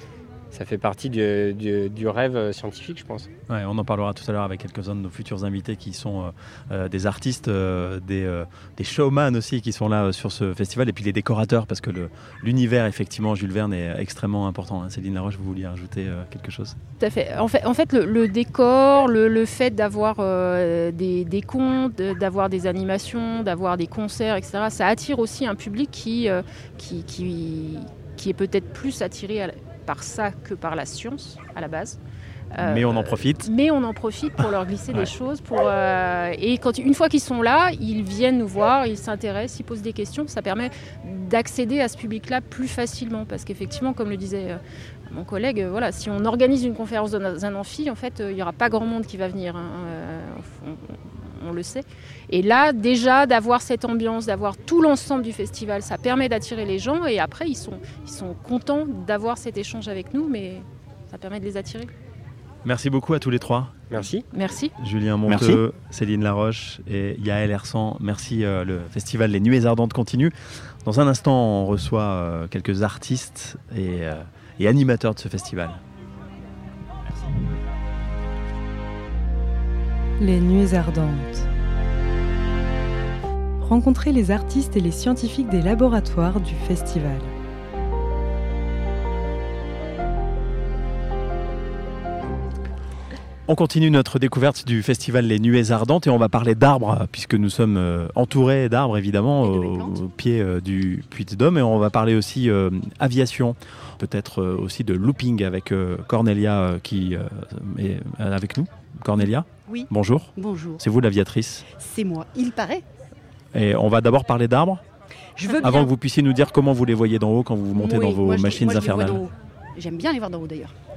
ça fait partie du, du, du rêve scientifique, je pense. Ouais, on en parlera tout à l'heure avec quelques-uns de nos futurs invités qui sont euh, euh, des artistes, euh, des, euh, des showman aussi qui sont là euh, sur ce festival, et puis les décorateurs, parce que le, l'univers, effectivement, Jules Verne est extrêmement important. Hein. Céline Laroche, vous vouliez rajouter euh, quelque chose ? Tout à fait. En fait, en fait le, le décor, le, le fait d'avoir euh, des, des contes, d'avoir des animations, d'avoir des concerts, et cetera, ça attire aussi un public qui, euh, qui, qui, qui est peut-être plus attiré à la... par ça que par la science à la base. Euh, mais on en profite. Mais on en profite pour leur glisser ouais. des choses. Pour, euh, et quand, une fois qu'ils sont là, ils viennent nous voir, ils s'intéressent, ils posent des questions. Ça permet d'accéder à ce public-là plus facilement. Parce qu'effectivement, comme le disait euh, mon collègue, euh, voilà, si on organise une conférence dans un amphi, en fait, il euh, n'y aura pas grand monde qui va venir. Hein, euh, on, on le sait. Et là, déjà, d'avoir cette ambiance, d'avoir tout l'ensemble du festival, ça permet d'attirer les gens. Et après, ils sont, ils sont contents d'avoir cet échange avec nous, mais ça permet de les attirer. Merci beaucoup à tous les trois. Merci. Merci. Julien Monteux, Céline Laroche et Yaël Hersan. Merci. Euh, le festival Les Nuées Ardentes continue. Dans un instant, on reçoit euh, quelques artistes et, euh, et animateurs de ce festival. Merci. Les Nuées Ardentes. Rencontrez les artistes et les scientifiques des laboratoires du festival. On continue notre découverte du festival Les Nuées Ardentes et on va parler d'arbres puisque nous sommes euh, entourés d'arbres évidemment au, au pied euh, du Puy-de-Dôme, et on va parler aussi euh, aviation, peut-être euh, aussi de looping avec euh, Cornelia euh, qui euh, est avec nous. Cornelia ? Oui. Bonjour. Bonjour. C'est vous l'aviatrice ? C'est moi, il paraît. Et on va d'abord parler d'arbres. Je veux bien. Avant que vous puissiez nous dire comment vous les voyez d'en haut quand vous montez oui, dans vos moi, machines je, moi, infernales. je les vois d'en haut. J'aime bien les voir d'en haut d'ailleurs.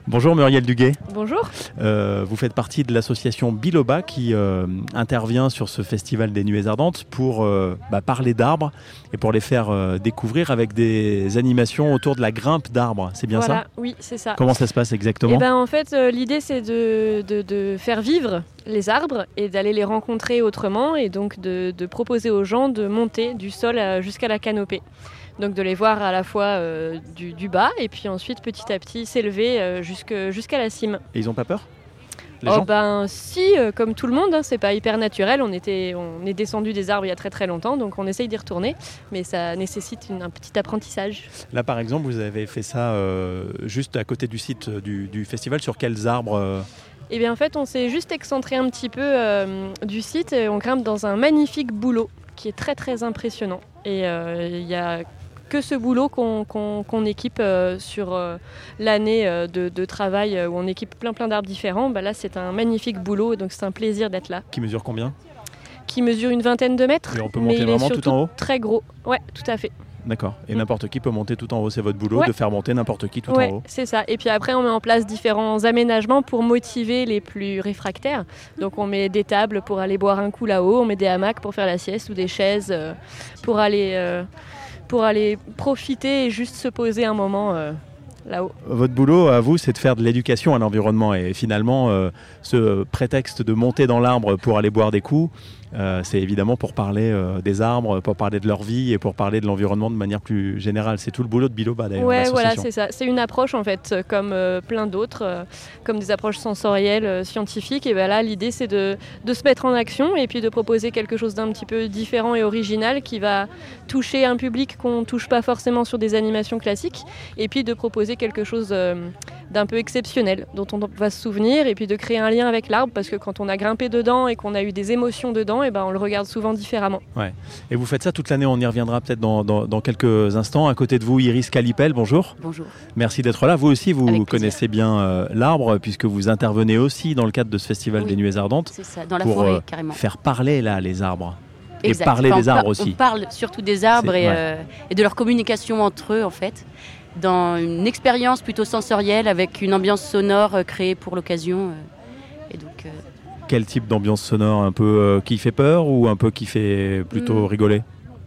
Bonjour Muriel Duguet. Bonjour. Euh, vous faites partie de l'association Biloba qui euh, intervient sur ce festival des Nuées Ardentes pour euh, bah, parler d'arbres et pour les faire euh, découvrir avec des animations autour de la grimpe d'arbres. C'est bien voilà, ça ? Oui, c'est ça. Comment ça se passe exactement ? Eh ben, en fait, euh, l'idée c'est de, de, de faire vivre les arbres et d'aller les rencontrer autrement et donc de, de proposer aux gens de monter du sol à, jusqu'à la canopée. Donc de les voir à la fois euh, du, du bas et puis ensuite petit à petit s'élever euh, jusque, jusqu'à la cime. Et ils n'ont pas peur ? Les Oh gens ben si, euh, comme tout le monde, hein, c'est pas hyper naturel. On, était, on est descendu des arbres il y a très très longtemps, donc on essaye d'y retourner, mais ça nécessite une, un petit apprentissage. Là par exemple, vous avez fait ça euh, juste à côté du site du, du festival. Sur quels arbres euh... Eh bien en fait, on s'est juste excentré un petit peu euh, du site et on grimpe dans un magnifique bouleau qui est très très impressionnant. Et il euh, y a que ce boulot qu'on, qu'on, qu'on équipe euh, sur euh, l'année euh, de, de travail euh, où on équipe plein plein d'arbres différents. Bah là, c'est un magnifique boulot, donc c'est un plaisir d'être là. Qui mesure combien ? Qui mesure une vingtaine de mètres. Et on peut mais monter il vraiment est tout en haut ? Très gros. Ouais, tout à fait. D'accord. Et Mm. n'importe qui peut monter tout en haut. C'est votre boulot Ouais. de faire monter n'importe qui tout Ouais, en haut. c'est ça. Et puis après, on met en place différents aménagements pour motiver les plus réfractaires. Donc on met des tables pour aller boire un coup là-haut, on met des hamacs pour faire la sieste ou des chaises euh, pour aller... Euh, pour aller profiter et juste se poser un moment euh, là-haut. Votre boulot, à vous, c'est de faire de l'éducation à l'environnement. Et finalement, euh, ce prétexte de monter dans l'arbre pour aller boire des coups, euh, c'est évidemment pour parler euh, des arbres, pour parler de leur vie et pour parler de l'environnement de manière plus générale. C'est tout le boulot de Biloba, d'ailleurs, Ouais, voilà, l'association. c'est ça. C'est une approche, en fait, comme euh, plein d'autres, euh, comme des approches sensorielles, euh, scientifiques. Et ben là, l'idée, c'est de, de se mettre en action et puis de proposer quelque chose d'un petit peu différent et original qui va toucher un public qu'on ne touche pas forcément sur des animations classiques. Et puis de proposer quelque chose euh, d'un peu exceptionnel, dont on va se souvenir, et puis de créer un lien avec l'arbre, parce que quand on a grimpé dedans et qu'on a eu des émotions dedans, et ben on le regarde souvent différemment. Ouais. Et vous faites ça toute l'année, on y reviendra peut-être dans, dans, dans quelques instants. À côté de vous, Iris Calipel, bonjour. Bonjour. Merci d'être là. Vous aussi, vous Avec connaissez bien euh, l'arbre, puisque vous intervenez aussi dans le cadre de ce festival Oui, des Nuées Ardentes. C'est ça, dans la pour forêt, euh, carrément. faire parler là, les arbres. Exact. Et parler Enfin, des on arbres par- aussi. On parle surtout des arbres C'est- et, ouais. euh, et de leur communication entre eux, en fait, dans une expérience plutôt sensorielle avec une ambiance sonore euh, créée pour l'occasion. euh, et donc, euh, Quel type d'ambiance sonore ? Un peu euh, qui fait peur ou un peu qui fait plutôt Hmm. rigoler ?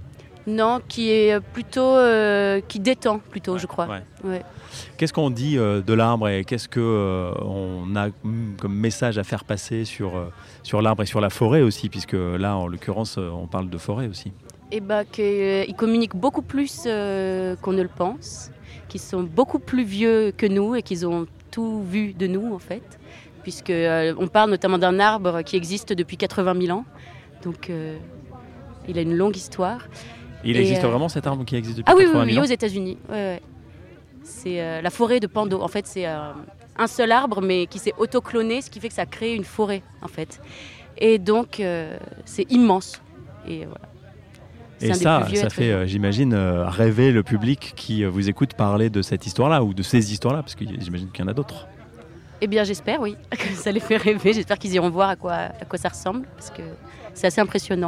non, qui est plutôt euh, qui détend plutôt, je crois. ouais. Ouais. Qu'est-ce qu'on dit euh, de l'arbre et qu'est-ce qu'on euh, a mm, comme message à faire passer sur, euh, sur l'arbre et sur la forêt aussi, puisque là, en l'occurrence, euh, on parle de forêt aussi. Et bah, qu'ils communiquent beaucoup plus euh, qu'on ne le pense, qu'ils sont beaucoup plus vieux que nous et qu'ils ont tout vu de nous, en fait, puisque euh, on parle notamment d'un arbre qui existe depuis quatre-vingt mille ans, donc euh, il a une longue histoire. Il Et, existe euh, vraiment cet arbre qui existe depuis Ah oui, oui, quatre-vingt oui, mille ans aux États-Unis. Ouais, ouais. C'est euh, la forêt de Pando. En fait, c'est euh, un seul arbre, mais qui s'est autocloné, ce qui fait que ça a créé une forêt, en fait. Et donc, euh, c'est immense. Et voilà. C'est Et un des ça, plus vieux ça êtres fait, vivants. euh, j'imagine, euh, rêver le public qui euh, vous écoute parler de cette histoire-là ou de ces histoires-là, parce que y- j'imagine qu'il y en a d'autres. Eh bien, j'espère, oui, que ça les fait rêver. J'espère qu'ils iront voir à quoi, à quoi ça ressemble, parce que c'est assez impressionnant.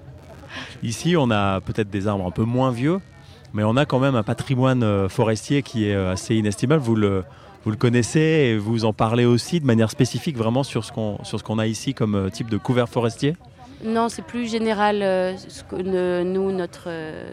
Ici, on a peut-être des arbres un peu moins vieux, mais on a quand même un patrimoine euh, forestier qui est euh, assez inestimable. Vous le, vous le connaissez et vous en parlez aussi de manière spécifique vraiment sur ce qu'on, sur ce qu'on a ici comme euh, type de couvert forestier. Non, c'est plus général. euh, ce que ne- nous, notre, euh,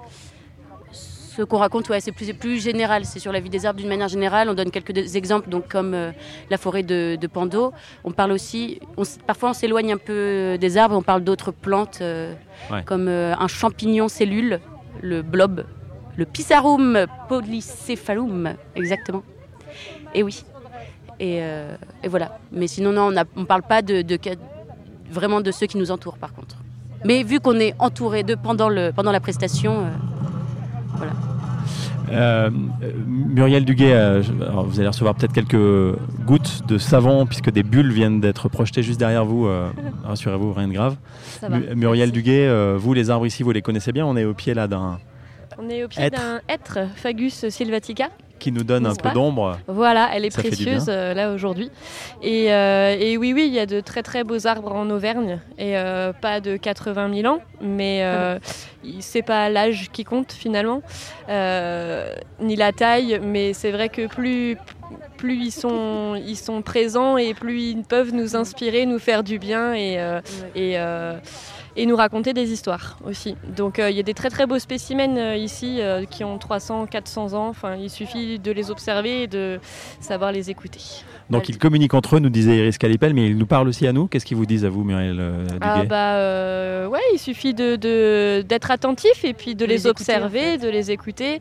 ce qu'on raconte, ouais, c'est plus, c'est plus général. C'est sur la vie des arbres d'une manière générale. On donne quelques des- exemples, donc comme euh, la forêt de, de Pando. On parle aussi. On s- parfois, on s'éloigne un peu des arbres. On parle d'autres plantes, euh, Ouais. comme euh, un champignon cellule, le blob, le Pissarum polycephalum, exactement. Et oui. Et, euh, et voilà. Mais sinon, non, on ne parle pas de, de cas- vraiment de ceux qui nous entourent, par contre. Mais vu qu'on est entouré d'eux pendant, le, pendant la prestation, euh, voilà. Euh, Muriel Duguet, euh, je- alors vous allez recevoir peut-être quelques gouttes de savon puisque des bulles viennent d'être projetées juste derrière vous. euh, rassurez-vous, rien de grave. Ça va. Mu- Muriel Duguet, euh, vous les arbres ici, vous les connaissez bien. On est au pied là d'un On est au pied Hêtre. d'un hêtre, Fagus sylvatica, qui nous donne un peu pas d'ombre. Voilà, elle est Ça fait du précieuse bien. euh, là aujourd'hui. Et, euh, et oui, oui, il y a de très très beaux arbres en Auvergne et euh, pas de quatre-vingt mille ans, mais euh, c'est pas l'âge qui compte finalement, euh, ni la taille, mais c'est vrai que plus plus ils sont ils sont présents et plus ils peuvent nous inspirer, nous faire du bien et euh, et euh, et nous raconter des histoires aussi. Donc il euh, y a des très très beaux spécimens euh, ici euh, qui ont trois cents, quatre cents ans. Enfin, il suffit de les observer et de savoir les écouter. Donc ils communiquent entre eux, nous disait Iris Calipel, mais ils nous parlent aussi à nous. Qu'est-ce qu'ils vous disent à vous, Muriel euh, Duguay? Ah bah euh, ouais, il suffit de, de, d'être attentif et puis de, de les, les écouter, observer, en fait. de les écouter.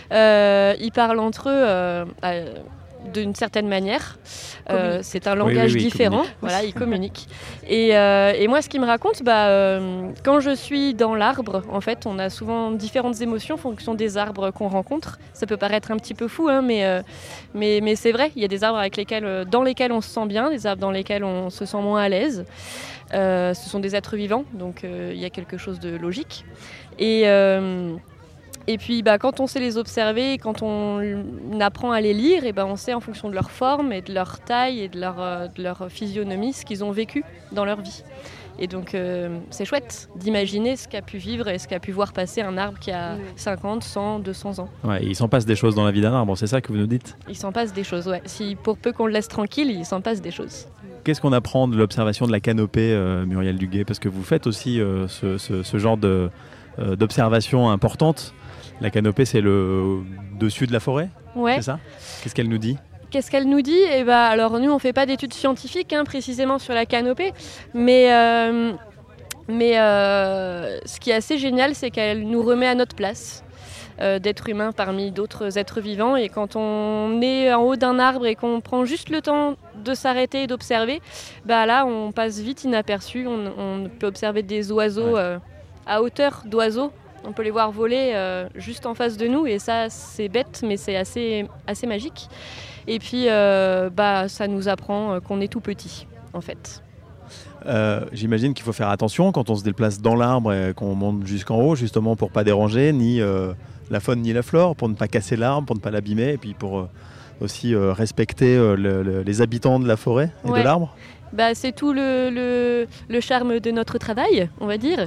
Euh, ils parlent entre eux euh, euh, d'une certaine manière. Euh, c'est un langage oui, oui, oui, différent. Ils voilà, ils communiquent. Et, euh, et moi, ce qu'ils me racontent, bah, euh, quand je suis dans l'arbre, en fait, on a souvent différentes émotions en fonction des arbres qu'on rencontre. Ça peut paraître un petit peu fou, hein, mais, euh, mais, mais c'est vrai. Il y a des arbres avec lesquels, dans lesquels on se sent bien, des arbres dans lesquels on se sent moins à l'aise. Euh, ce sont des êtres vivants, donc euh, il y a quelque chose de logique. Et... Euh, Et puis bah, quand on sait les observer, quand on apprend à les lire, et bah, on sait en fonction de leur forme et de leur taille et de leur, euh, de leur physionomie ce qu'ils ont vécu dans leur vie. Et donc euh, c'est chouette d'imaginer ce qu'a pu vivre et ce qu'a pu voir passer un arbre qui a cinquante, cent, deux cents ans. Ouais, il s'en passe des choses dans la vie d'un arbre, c'est ça que vous nous dites? Il s'en passe des choses, ouais. Si, pour peu qu'on le laisse tranquille, il s'en passe des choses. Qu'est-ce qu'on apprend de l'observation de la canopée, euh, Muriel Duguay? Parce que vous faites aussi euh, ce, ce, ce genre de, euh, d'observation importante. La canopée, c'est le dessus de la forêt, ouais. C'est ça? Qu'est-ce qu'elle nous dit? Qu'est-ce qu'elle nous dit? Eh ben, alors nous, on ne fait pas d'études scientifiques hein, précisément sur la canopée, mais, euh, mais euh, ce qui est assez génial, c'est qu'elle nous remet à notre place euh, d'être humain parmi d'autres êtres vivants. Et quand on est en haut d'un arbre et qu'on prend juste le temps de s'arrêter et d'observer, bah là, on passe vite inaperçu. On, on peut observer des oiseaux ouais. euh, à hauteur d'oiseaux. On peut les voir voler euh, juste en face de nous et ça c'est bête mais c'est assez, assez magique. Et puis euh, bah, ça nous apprend qu'on est tout petit en fait. Euh, j'imagine qu'il faut faire attention quand on se déplace dans l'arbre et qu'on monte jusqu'en haut justement pour ne pas déranger ni euh, la faune ni la flore, pour ne pas casser l'arbre, pour ne pas l'abîmer et puis pour euh, aussi euh, respecter euh, le, le, les habitants de la forêt et ouais. de l'arbre. Bah, c'est tout le, le, le charme de notre travail, on va dire.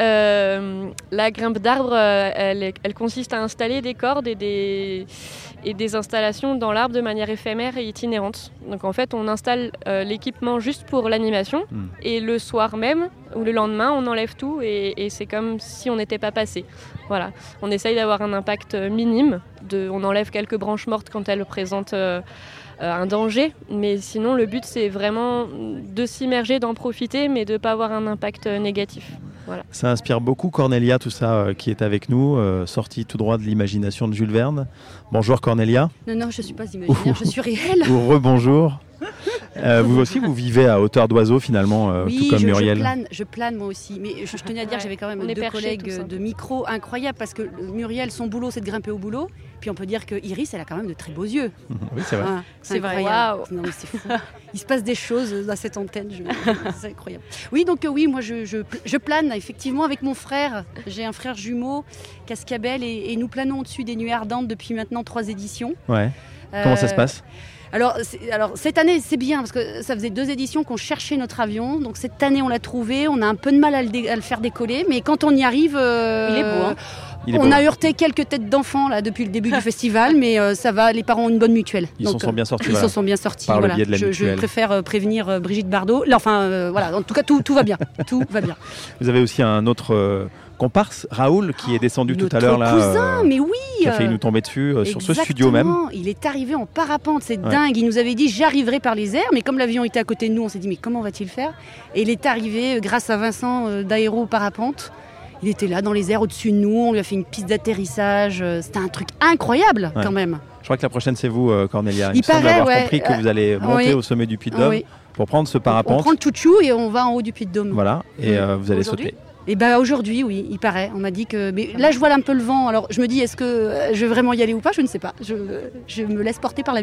Euh, la grimpe d'arbre, elle, elle consiste à installer des cordes et des, et des installations dans l'arbre de manière éphémère et itinérante. Donc en fait, on installe euh, l'équipement juste pour l'animation mmh. et le soir même ou le lendemain, on enlève tout et, et c'est comme si on n'était pas passé. Voilà. On essaye d'avoir un impact minime. De, on enlève quelques branches mortes quand elles présentent... Euh, un danger, mais sinon le but c'est vraiment de s'immerger, d'en profiter, mais de ne pas avoir un impact négatif. Voilà. Ça inspire beaucoup Cornelia, tout ça euh, qui est avec nous, euh, sorti tout droit de l'imagination de Jules Verne. Bonjour Cornelia. Non, non, je ne suis pas imaginaire, je suis réelle. Ou rebonjour. Euh, vous aussi, vous vivez à hauteur d'oiseau finalement, euh, oui, tout comme je, Muriel. je plane, je plane moi aussi. Mais je, je tenais à dire, ouais, j'avais quand même deux collègues de micro incroyables parce que Muriel, son boulot, c'est de grimper au boulot. Puis on peut dire que Iris, elle a quand même de très beaux yeux. Oui, c'est vrai. Ah, c'est, c'est incroyable. Vrai. Non, mais c'est fou. Il se passe des choses à cette antenne. Je... C'est incroyable. Oui, donc euh, oui, moi je, je, je plane effectivement avec mon frère. J'ai un frère jumeau, Cascabel, et, et nous planons au-dessus des nuées ardentes depuis maintenant trois éditions. Ouais. Euh, Comment ça se passe ? Alors, alors, cette année, c'est bien, parce que ça faisait deux éditions qu'on cherchait notre avion. Donc, cette année, on l'a trouvé. On a un peu de mal à le, dé- à le faire décoller. Mais quand on y arrive... Euh, il est beau, hein. Il est on beau. A heurté quelques têtes d'enfants là, depuis le début du festival, mais euh, ça va, les parents ont une bonne mutuelle. Ils donc, s'en sont bien sortis. Ils voilà. s'en sont bien sortis. Par voilà. le biais de la je, mutuelle. Je préfère euh, prévenir euh, Brigitte Bardot. Là, enfin, euh, voilà. En tout cas, tout, tout va bien. Tout va bien. Vous avez aussi un autre... Euh... comparse, Raoul, qui est descendu Notre tout à l'heure là, cousin, euh, mais oui, qui a failli nous tomber dessus euh, sur ce studio même. Il est arrivé en parapente, c'est ouais. dingue. Il nous avait dit j'arriverai par les airs, mais comme l'avion était à côté de nous, on s'est dit mais comment va-t-il faire ? Et il est arrivé grâce à Vincent euh, d'Aéro Parapente. Il était là dans les airs au-dessus de nous, on lui a fait une piste d'atterrissage. C'était un truc incroyable ouais. quand même. Je crois que la prochaine c'est vous, euh, Cornelia. Il, il me semble paraît, avoir ouais. compris que vous allez monter oui. au sommet du Puy de Dôme oui. pour prendre ce parapente. On, on prend le chouchou et on va en haut du Puy de Dôme. Voilà, et euh, vous allez Aujourd'hui sauter. Et bah aujourd'hui, oui, il paraît. On m'a dit que. Mais là, je vois un peu le vent. Alors, je me dis, est-ce que je vais vraiment y aller ou pas ? Je ne sais pas. Je, je me laisse porter par la vie.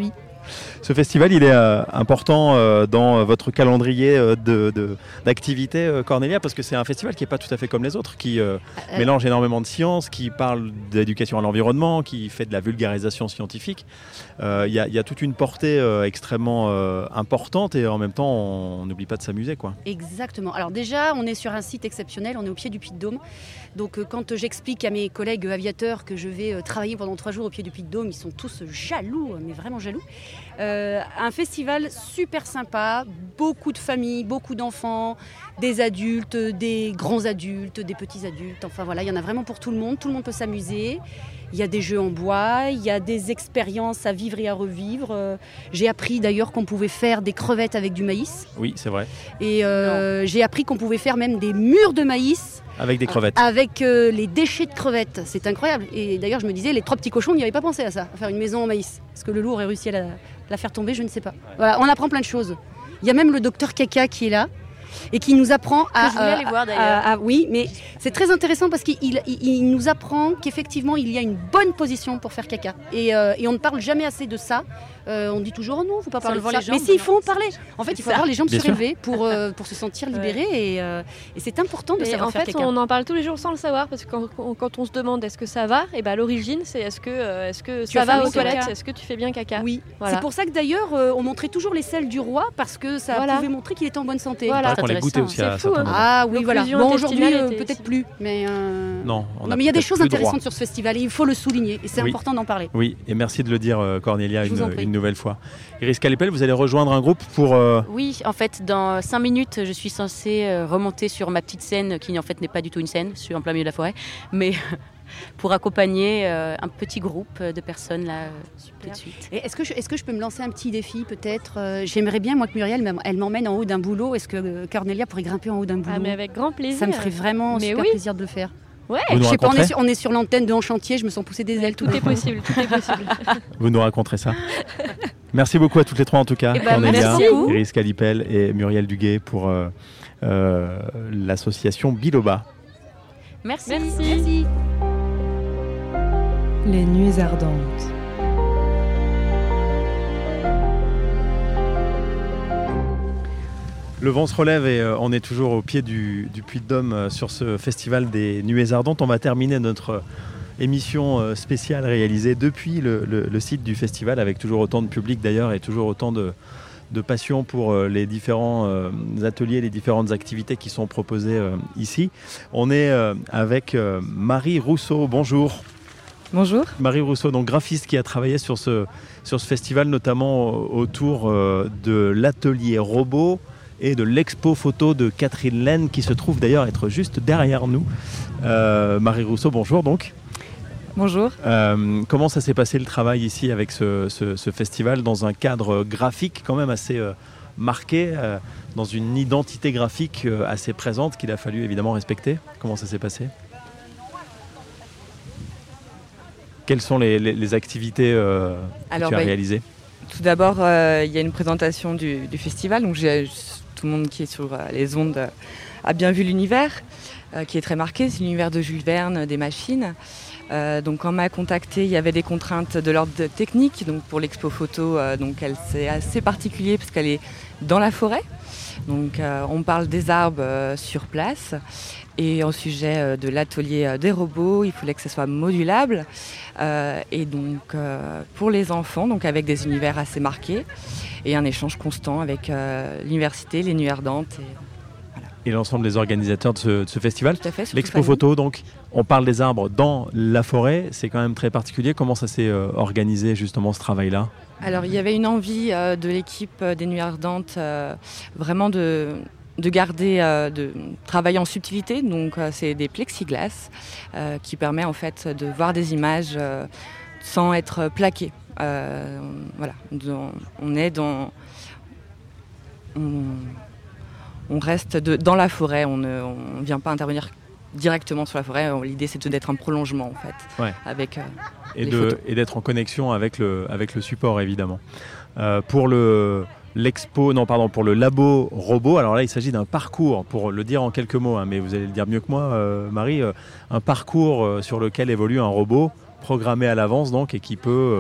Ce festival, il est euh, important euh, dans votre calendrier euh, de, de, d'activités, euh, Cornélia, parce que c'est un festival qui n'est pas tout à fait comme les autres, qui euh, euh, mélange énormément de sciences, qui parle d'éducation à l'environnement, qui fait de la vulgarisation scientifique. Il euh, y, y a toute une portée euh, extrêmement euh, importante et en même temps, on n'oublie pas de s'amuser, quoi. Exactement. Alors déjà, on est sur un site exceptionnel, on est au pied du Puy-de-Dôme. Donc euh, quand j'explique à mes collègues aviateurs que je vais euh, travailler pendant trois jours au pied du Puy-de-Dôme, ils sont tous jaloux, mais vraiment jaloux. Euh, un festival super sympa, beaucoup de familles, beaucoup d'enfants, des adultes, des grands adultes, des petits adultes. Enfin voilà, il y en a vraiment pour tout le monde. Tout le monde peut s'amuser. Il y a des jeux en bois, il y a des expériences à vivre et à revivre. Euh, j'ai appris d'ailleurs qu'on pouvait faire des crevettes avec du maïs. Oui, c'est vrai. Et euh, j'ai appris qu'on pouvait faire même des murs de maïs. Avec des crevettes. Avec euh, les déchets de crevettes. C'est incroyable. Et d'ailleurs, je me disais, les trois petits cochons n'y avaient pas pensé à ça, à faire une maison en maïs. Est-ce que le loup aurait réussi à la, la faire tomber? Je ne sais pas. Voilà, on apprend plein de choses. Il y a même le docteur Caca qui est là. Et qui nous apprend à... Que je voulais aller voir d'ailleurs. À, à, oui, mais c'est très intéressant parce qu'il il, il nous apprend qu'effectivement, il y a une bonne position pour faire caca. Et, euh, et on ne parle jamais assez de ça. Euh, on dit toujours, oh non, il ne faut pas parler de ça. Les jambes, mais si, il faut en parler. En fait, il faut ça. avoir les jambes Bien surélevées pour, euh, pour se sentir libéré. Ouais. Et, euh, et c'est important de mais savoir en faire fait, caca. On en parle tous les jours sans le savoir. Parce que quand, quand on se demande est-ce que ça va, et ben à l'origine, c'est est-ce que, euh, est-ce que ça va aux toilettes? Est-ce que tu fais bien caca? Oui, voilà. C'est pour ça que d'ailleurs, euh, on montrait toujours les selles du roi parce que ça voilà. pouvait montrer qu'il était en bonne santé. Voilà. On les goûtait aussi à fou, hein. Ah oui, voilà. Bon, aujourd'hui, euh, était... peut-être plus. Mais euh... non, on non mais il y a des choses intéressantes droit. sur ce festival et il faut le souligner. Et c'est oui. important d'en parler. Oui, et merci de le dire, Cornélia, une, une nouvelle fois. Iris Calipel, vous allez rejoindre un groupe pour... Euh... Oui, en fait, dans cinq minutes, je suis censée remonter sur ma petite scène, qui en fait n'est pas du tout une scène, je suis en plein milieu de la forêt, mais pour accompagner euh, un petit groupe de personnes là, Super. Tout de suite. Et est-ce que, je, est-ce que je peux me lancer un petit défi peut-être euh, J'aimerais bien, moi, que Muriel, elle m'emmène en haut d'un boulot. Est-ce que Cornélia pourrait grimper en haut d'un boulot? Ah, mais avec grand plaisir. Ça me ferait vraiment mais super oui. plaisir de le faire. Ouais. Je sais pas, on est, sur, on est sur l'antenne de En Chantier, je me sens pousser des ailes. Tout, tout est possible, tout est possible. Vous nous raconterez ça. Merci beaucoup à toutes les trois en tout cas, eh ben, Cornélia, Iris Calipel et Muriel Duguay pour euh, euh, l'association Biloba. Merci. Merci. Merci. Les nuits ardentes. Le vent se relève et euh, on est toujours au pied du, du Puy-de-Dôme euh, sur ce festival des Nuées ardentes. On va terminer notre euh, émission euh, spéciale réalisée depuis le, le, le site du festival avec toujours autant de public d'ailleurs et toujours autant de, de passion pour euh, les différents euh, ateliers, les différentes activités qui sont proposées euh, ici. On est euh, avec euh, Marie Rousseau. Bonjour. Bonjour. Marie Rousseau, donc graphiste qui a travaillé sur ce, sur ce festival, notamment autour euh, de l'atelier robot et de l'expo photo de Catherine Laine, qui se trouve d'ailleurs être juste derrière nous. Euh, Marie Rousseau, bonjour donc. Bonjour. Euh, comment ça s'est passé le travail ici avec ce, ce, ce festival dans un cadre graphique quand même assez euh, marqué, euh, dans une identité graphique euh, assez présente qu'il a fallu évidemment respecter? Comment ça s'est passé? Quelles sont les, les, les activités euh, Alors, que tu as bah, réalisées? Tout d'abord, euh, il y a une présentation du, du festival. Donc, j'ai, tout le monde qui est sur euh, les ondes euh, a bien vu l'univers, euh, qui est très marqué. C'est l'univers de Jules Verne, des machines. Euh, donc, quand on m'a contacté, il y avait des contraintes de l'ordre technique. Donc, pour l'expo photo, euh, donc, elle, c'est assez particulier parce qu'elle est dans la forêt. Donc, euh, on parle des arbres euh, sur place. Et au sujet euh, de l'atelier euh, des robots, il fallait que ce soit modulable. Euh, et donc, euh, pour les enfants, donc avec des univers assez marqués. Et un échange constant avec euh, l'université, les Nuits ardentes. Et, voilà. Et l'ensemble des organisateurs de ce, de ce festival. Tout à fait. L'expo photo, donc, on parle des arbres dans la forêt. C'est quand même très particulier. Comment ça s'est euh, organisé, justement, ce travail-là? Alors, il y avait une envie euh, de l'équipe des Nuits ardentes, euh, vraiment de... de garder, euh, de travailler en subtilité, donc euh, c'est des plexiglas euh, qui permet en fait de voir des images euh, sans être plaqué. Euh, voilà, on, on est dans, on, on reste de, dans la forêt, on ne on vient pas intervenir directement sur la forêt. L'idée c'est d'être un prolongement en fait, ouais. avec euh, et, les de, photos. et d'être en connexion avec le, avec le support évidemment. Euh, pour le L'expo, non pardon, pour le labo robot, alors là il s'agit d'un parcours, pour le dire en quelques mots, hein, mais vous allez le dire mieux que moi euh, Marie, euh, un parcours euh, sur lequel évolue un robot programmé à l'avance donc et qui peut euh,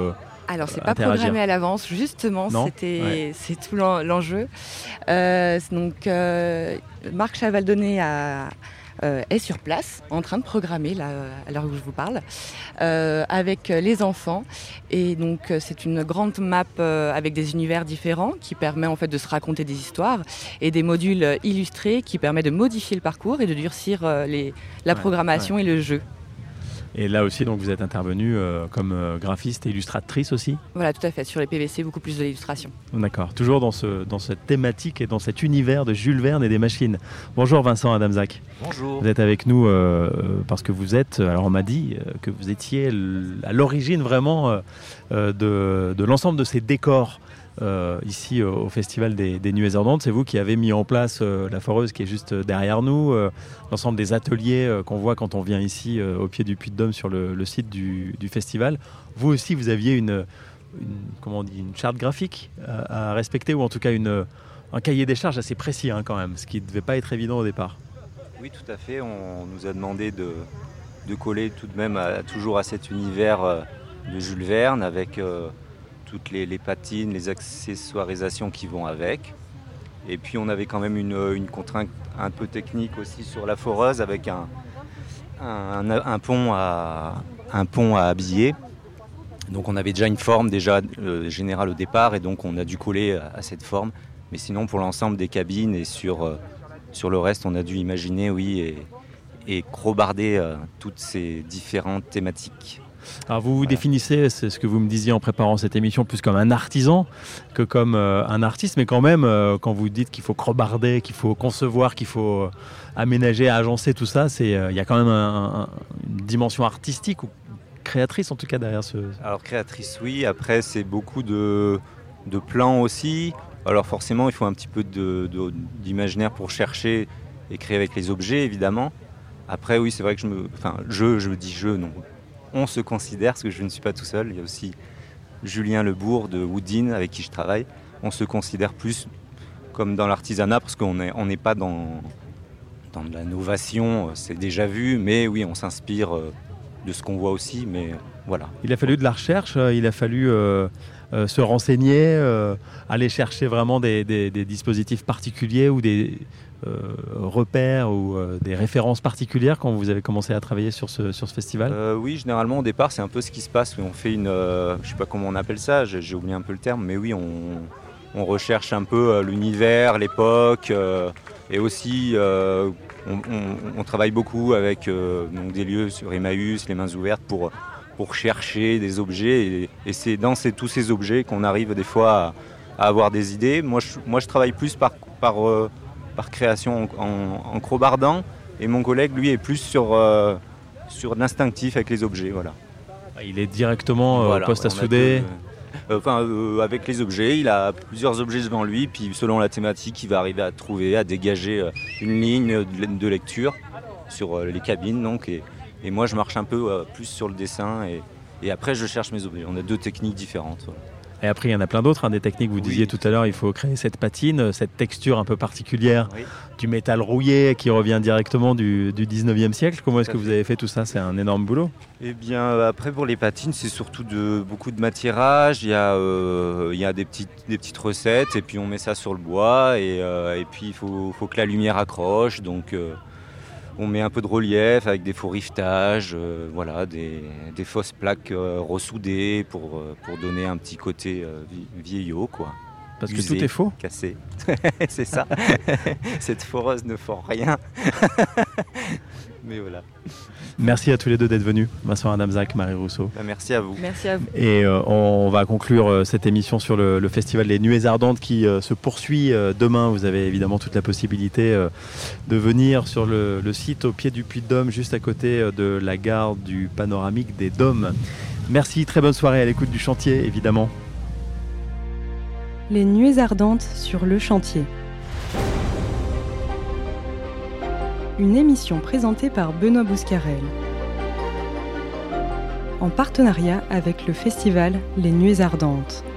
Alors, c'est pas interagir. programmé à l'avance, justement, c'était, ouais. c'est tout l'en, l'enjeu. Euh, donc, euh, Marc Chavaldonnet a, euh, est sur place, en train de programmer, là, à l'heure où je vous parle, euh, avec les enfants. Et donc, c'est une grande map euh, avec des univers différents qui permet en fait de se raconter des histoires et des modules illustrés qui permettent de modifier le parcours et de durcir euh, les, la ouais, programmation ouais. et le jeu. Et là aussi, donc, vous êtes intervenue euh, comme euh, graphiste et illustratrice aussi ? Voilà, tout à fait. Sur les P V C, beaucoup plus de l'illustration. D'accord. Toujours dans, ce, dans cette thématique et dans cet univers de Jules Verne et des machines. Bonjour Vincent Adamzac. Bonjour. Vous êtes avec nous euh, parce que vous êtes, alors on m'a dit euh, que vous étiez à l'origine vraiment euh, de, de l'ensemble de ces décors. Euh, ici euh, au Festival des, des Nuées Ardentes, c'est vous qui avez mis en place euh, la foreuse qui est juste derrière nous, euh, l'ensemble des ateliers euh, qu'on voit quand on vient ici euh, au pied du Puy de Dôme sur le, le site du, du festival. Vous aussi, vous aviez une, une, comment on dit, une charte graphique à, à respecter, ou en tout cas une, un cahier des charges assez précis hein, quand même, ce qui ne devait pas être évident au départ. Oui, tout à fait. On nous a demandé de, de coller tout de même à, toujours à cet univers euh, de Jules Verne avec... Euh, toutes les, les patines, les accessoirisations qui vont avec. Et puis on avait quand même une, une contrainte un peu technique aussi sur la foreuse avec un, un, un, pont, à, un pont à habiller. Donc on avait déjà une forme déjà euh, générale au départ et donc on a dû coller à, à cette forme. Mais sinon pour l'ensemble des cabines et sur, euh, sur le reste on a dû imaginer oui et, et crobarder euh, toutes ces différentes thématiques. Alors vous vous voilà. définissez, c'est ce que vous me disiez en préparant cette émission, plus comme un artisan que comme euh, un artiste, mais quand même, euh, quand vous dites qu'il faut crobarder, qu'il faut concevoir, qu'il faut euh, aménager, agencer tout ça, il euh, y a quand même un, un, une dimension artistique ou créatrice en tout cas derrière ce... Alors créatrice oui, après c'est beaucoup de, de plans aussi, alors forcément il faut un petit peu de, de, d'imaginaire pour chercher et créer avec les objets évidemment. Après oui c'est vrai que je me... Enfin je, je dis je, non. On se considère, parce que je ne suis pas tout seul, il y a aussi Julien Lebourg de Woodin avec qui je travaille. On se considère plus comme dans l'artisanat parce qu'on n'est on n'est pas dans, dans de la novation, c'est déjà vu, mais oui, on s'inspire de ce qu'on voit aussi, mais voilà. Il a fallu de la recherche, il a fallu euh, euh, se renseigner, euh, aller chercher vraiment des, des, des dispositifs particuliers ou des... Euh, repères ou euh, des références particulières quand vous avez commencé à travailler sur ce, sur ce festival euh, Oui, généralement au départ c'est un peu ce qui se passe. On fait une, euh, je ne sais pas comment on appelle ça, j'ai, j'ai oublié un peu le terme, mais oui, on, on recherche un peu euh, l'univers, l'époque, euh, et aussi euh, on, on, on travaille beaucoup avec euh, donc des lieux sur Emmaüs, les mains ouvertes pour, pour chercher des objets, et, et c'est dans ces, tous ces objets qu'on arrive des fois à, à avoir des idées. Moi je, moi, je travaille plus par... par euh, par création en, en, en crobardant, et mon collègue lui est plus sur, euh, sur l'instinctif avec les objets. Voilà. Il est directement euh, voilà, poste à souder euh, enfin, euh, avec les objets, il a plusieurs objets devant lui, puis selon la thématique, il va arriver à trouver, à dégager euh, une ligne de, de lecture sur euh, les cabines. Donc, et, et moi je marche un peu euh, plus sur le dessin, et, et après je cherche mes objets. On a deux techniques différentes. Voilà. Et après, il y en a plein d'autres, hein, des techniques. Vous oui. disiez tout à l'heure, il faut créer cette patine, cette texture un peu particulière, oui. du métal rouillé qui revient directement du, du dix-neuvième siècle. Comment est-ce que vous avez fait tout ça ? C'est un énorme boulot. Eh bien, après, pour les patines, c'est surtout de, beaucoup de matirage. Il y a, euh, il y a des, petites, des petites recettes, et puis on met ça sur le bois, et, euh, et puis il faut, faut que la lumière accroche. Donc, euh, on met un peu de relief avec des faux rivetages, euh, voilà, des, des fausses plaques euh, ressoudées pour, euh, pour donner un petit côté euh, vieillot, quoi. Parce Usé, que tout est faux. Cassé. C'est ça. Cette foreuse ne fort rien. Mais voilà. Merci à tous les deux d'être venus, Vincent Adamzac, Marie Rousseau. Bah, merci à vous. Merci à vous. Et euh, on va conclure euh, cette émission sur le, le Festival des Nuées Ardentes qui euh, se poursuit euh, demain. Vous avez évidemment toute la possibilité euh, de venir sur le, le site au pied du Puy de Dôme, juste à côté euh, de la gare du Panoramique des Dômes. Merci, très bonne soirée à l'écoute du chantier, évidemment. Les Nuées Ardentes sur le chantier. Une émission présentée par Benoît Bouscarel, en partenariat avec le festival Les Nuées Ardentes.